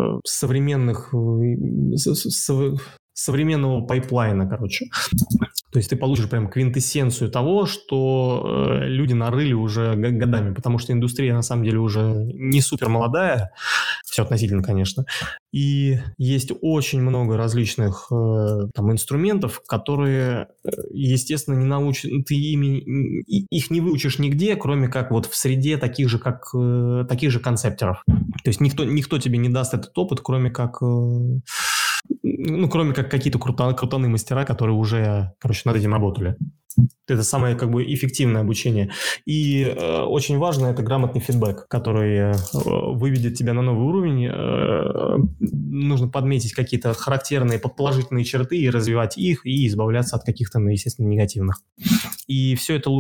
современного пайплайна, короче. То есть ты получишь прям квинтэссенцию того, что люди нарыли уже годами, потому что индустрия на самом деле уже не супер молодая, все относительно, конечно, и есть очень много различных там инструментов, которые, естественно, ты их не выучишь нигде, кроме как вот в среде таких же концептеров. То есть никто тебе не даст этот опыт, кроме как какие-то крутаны мастера, которые уже, короче, над этим работали. Это самое как бы эффективное обучение. И очень важно это грамотный фидбэк, который выведет тебя на новый уровень. Нужно подметить какие-то характерные положительные черты и развивать их, и избавляться от каких-то, естественно, негативных. И все это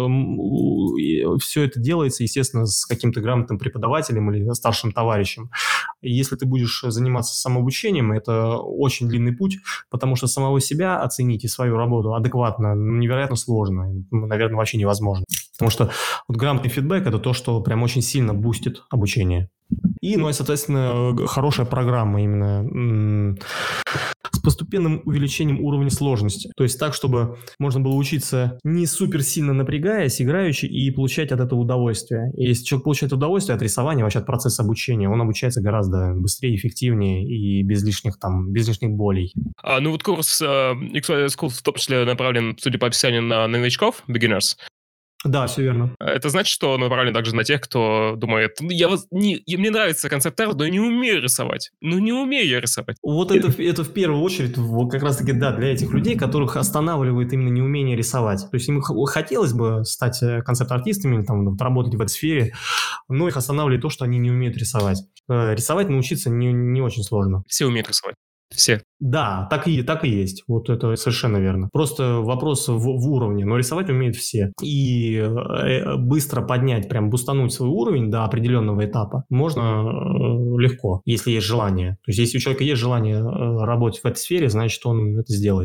все это делается, естественно, с каким-то грамотным преподавателем или старшим товарищем. И если ты будешь заниматься самообучением, это очень длинный путь, потому что самого себя оценить и свою работу адекватно невероятно сложно, наверное, вообще невозможно. Потому что вот грамотный фидбэк – это то, что прям очень сильно бустит обучение. И, соответственно, хорошая программа именно с постепенным увеличением уровня сложности. То есть так, чтобы можно было учиться не супер сильно напрягаясь, играючи, и получать от этого удовольствие. И если человек получает удовольствие от рисования, вообще от процесса обучения, он обучается гораздо быстрее, эффективнее и без лишних болей. Курс XYZ School в том числе направлен, судя по описанию, на новичков, beginners. Да, все верно. Это значит, что он направлен также на тех, кто думает, мне нравится концепт-арт, но я не умею рисовать. Не умею я рисовать. Вот это в первую очередь как раз-таки, да, для этих людей, которых останавливает именно неумение рисовать. То есть им хотелось бы стать концепт-артистами или там работать в этой сфере, но их останавливает то, что они не умеют рисовать. Рисовать научиться не очень сложно. Все умеют рисовать. Все. Да, так и есть. Вот это совершенно верно. Просто вопрос в уровне, но рисовать умеют все. И быстро поднять, прям бустануть свой уровень до определенного этапа можно легко, если есть желание. То есть если у человека есть желание работать в этой сфере, значит, он это сделает.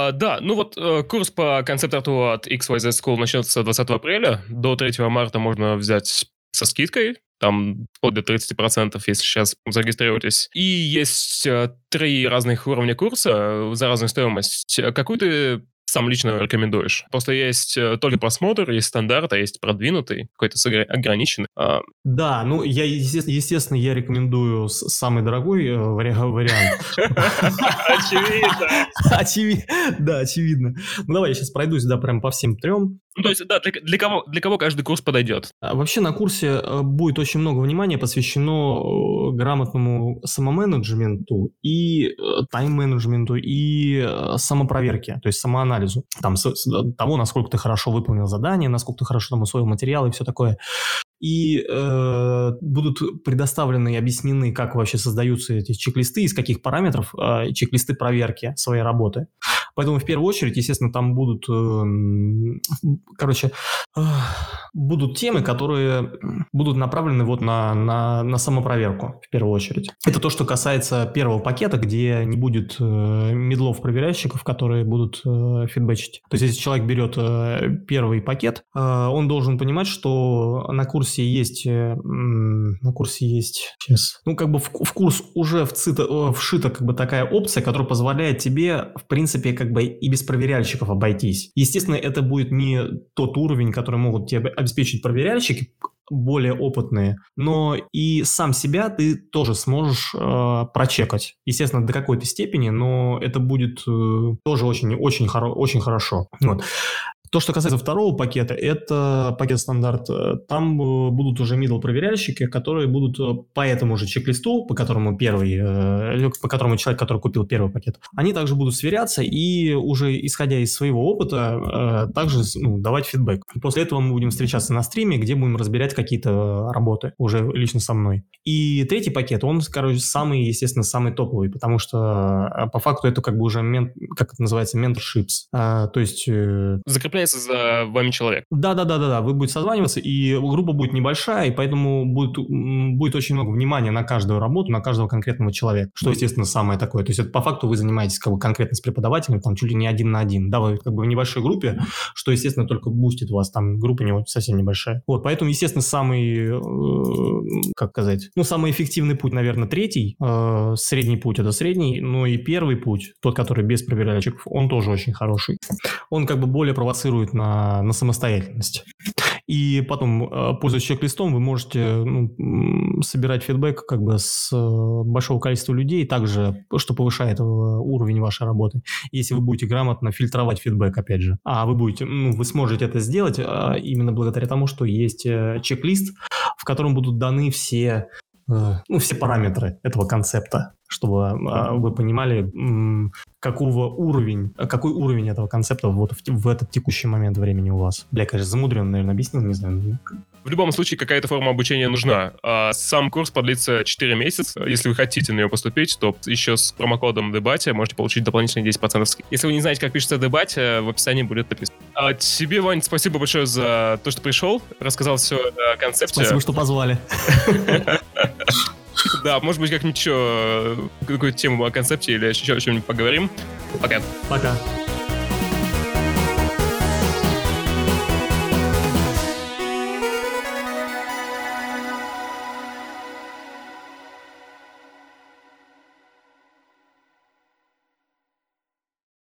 Курс по концепт-арту от XYZ School начнется 20 апреля. До 3 марта можно взять со скидкой. Там вплоть до 30%, если сейчас зарегистрируетесь. И есть 3 разных уровня курса за разную стоимость. Какую ты сам лично рекомендуешь? Просто есть только просмотр, есть стандарт, а есть продвинутый, какой-то ограниченный. Да, естественно, я рекомендую самый дорогой вариант. Очевидно. Да, очевидно. Давай я сейчас пройдусь, прям по всем 3. То есть, да, для кого каждый курс подойдет? Вообще на курсе будет очень много внимания посвящено грамотному самоменеджменту и тайм-менеджменту и самопроверке, то есть самоанализу. Того, насколько ты хорошо выполнил задание, насколько ты хорошо усвоил материал и все такое. И будут предоставлены и объяснены, как вообще создаются эти чек-листы, из каких параметров чек-листы проверки своей работы. Поэтому в первую очередь, естественно, там будут темы, которые будут направлены на самопроверку в первую очередь. Это то, что касается первого пакета, где не будет мидлов-проверяльщиков, которые будут фидбэчить. То есть, если человек берет первый пакет, он должен понимать, что на курсе есть сейчас, в курс уже вшита такая опция, которая позволяет тебе, в принципе, и без проверяльщиков обойтись. Естественно, это будет не тот уровень, который могут тебе обеспечить проверяльщики, более опытные, но и сам себя ты тоже сможешь прочекать. Естественно, до какой-то степени, но это будет тоже очень хорошо. Вот. То, что касается второго пакета, это пакет стандарт. Там будут уже middle-проверяльщики, которые будут по этому же чек-листу, по которому человек, который купил первый пакет, они также будут сверяться и уже исходя из своего опыта также давать фидбэк. И после этого мы будем встречаться на стриме, где будем разбирать какие-то работы уже лично со мной. И третий пакет, он, самый топовый, потому что по факту это уже как это называется, mentorships. То есть... Закрепляется созвоняется за вами человек. Да, вы будете созваниваться, и группа будет небольшая, и поэтому будет очень много внимания на каждую работу, на каждого конкретного человека, что, естественно, самое такое. То есть это по факту вы занимаетесь как бы конкретно с преподавателем, там чуть ли не 1 на 1. Да, вы как бы в небольшой группе, что, естественно, только бустит вас, там группа не совсем небольшая. Вот, поэтому, естественно, самый эффективный путь, наверное, 3-й, средний путь – это средний, но и первый путь, тот, который без проверяльщиков, он тоже очень хороший. Он как бы более провоцирует на самостоятельность. И потом, пользуясь чек-листом, вы можете собирать фидбэк как бы с большого количества людей, также, что повышает уровень вашей работы, если вы будете грамотно фильтровать фидбэк, опять же. А вы сможете это сделать именно благодаря тому, что есть чек-лист, в котором будут даны все параметры этого концепта, чтобы вы понимали, какой уровень этого концепта вот в этот текущий момент времени у вас. Бля, конечно, замудренно, наверное, объяснил, не знаю. В любом случае, какая-то форма обучения нужна. Сам курс продлится 4 месяца. Если вы хотите на него поступить, то еще с промокодом DEBATE можете получить дополнительные 10% скидки. Если вы не знаете, как пишется DEBATE, в описании будет написано. Тебе, Вань, спасибо большое за то, что пришел, рассказал все о концепте. Спасибо, что позвали. Да, может быть, как-нибудь еще какую-то тему о концепте или еще о чем-нибудь поговорим. Пока. Пока.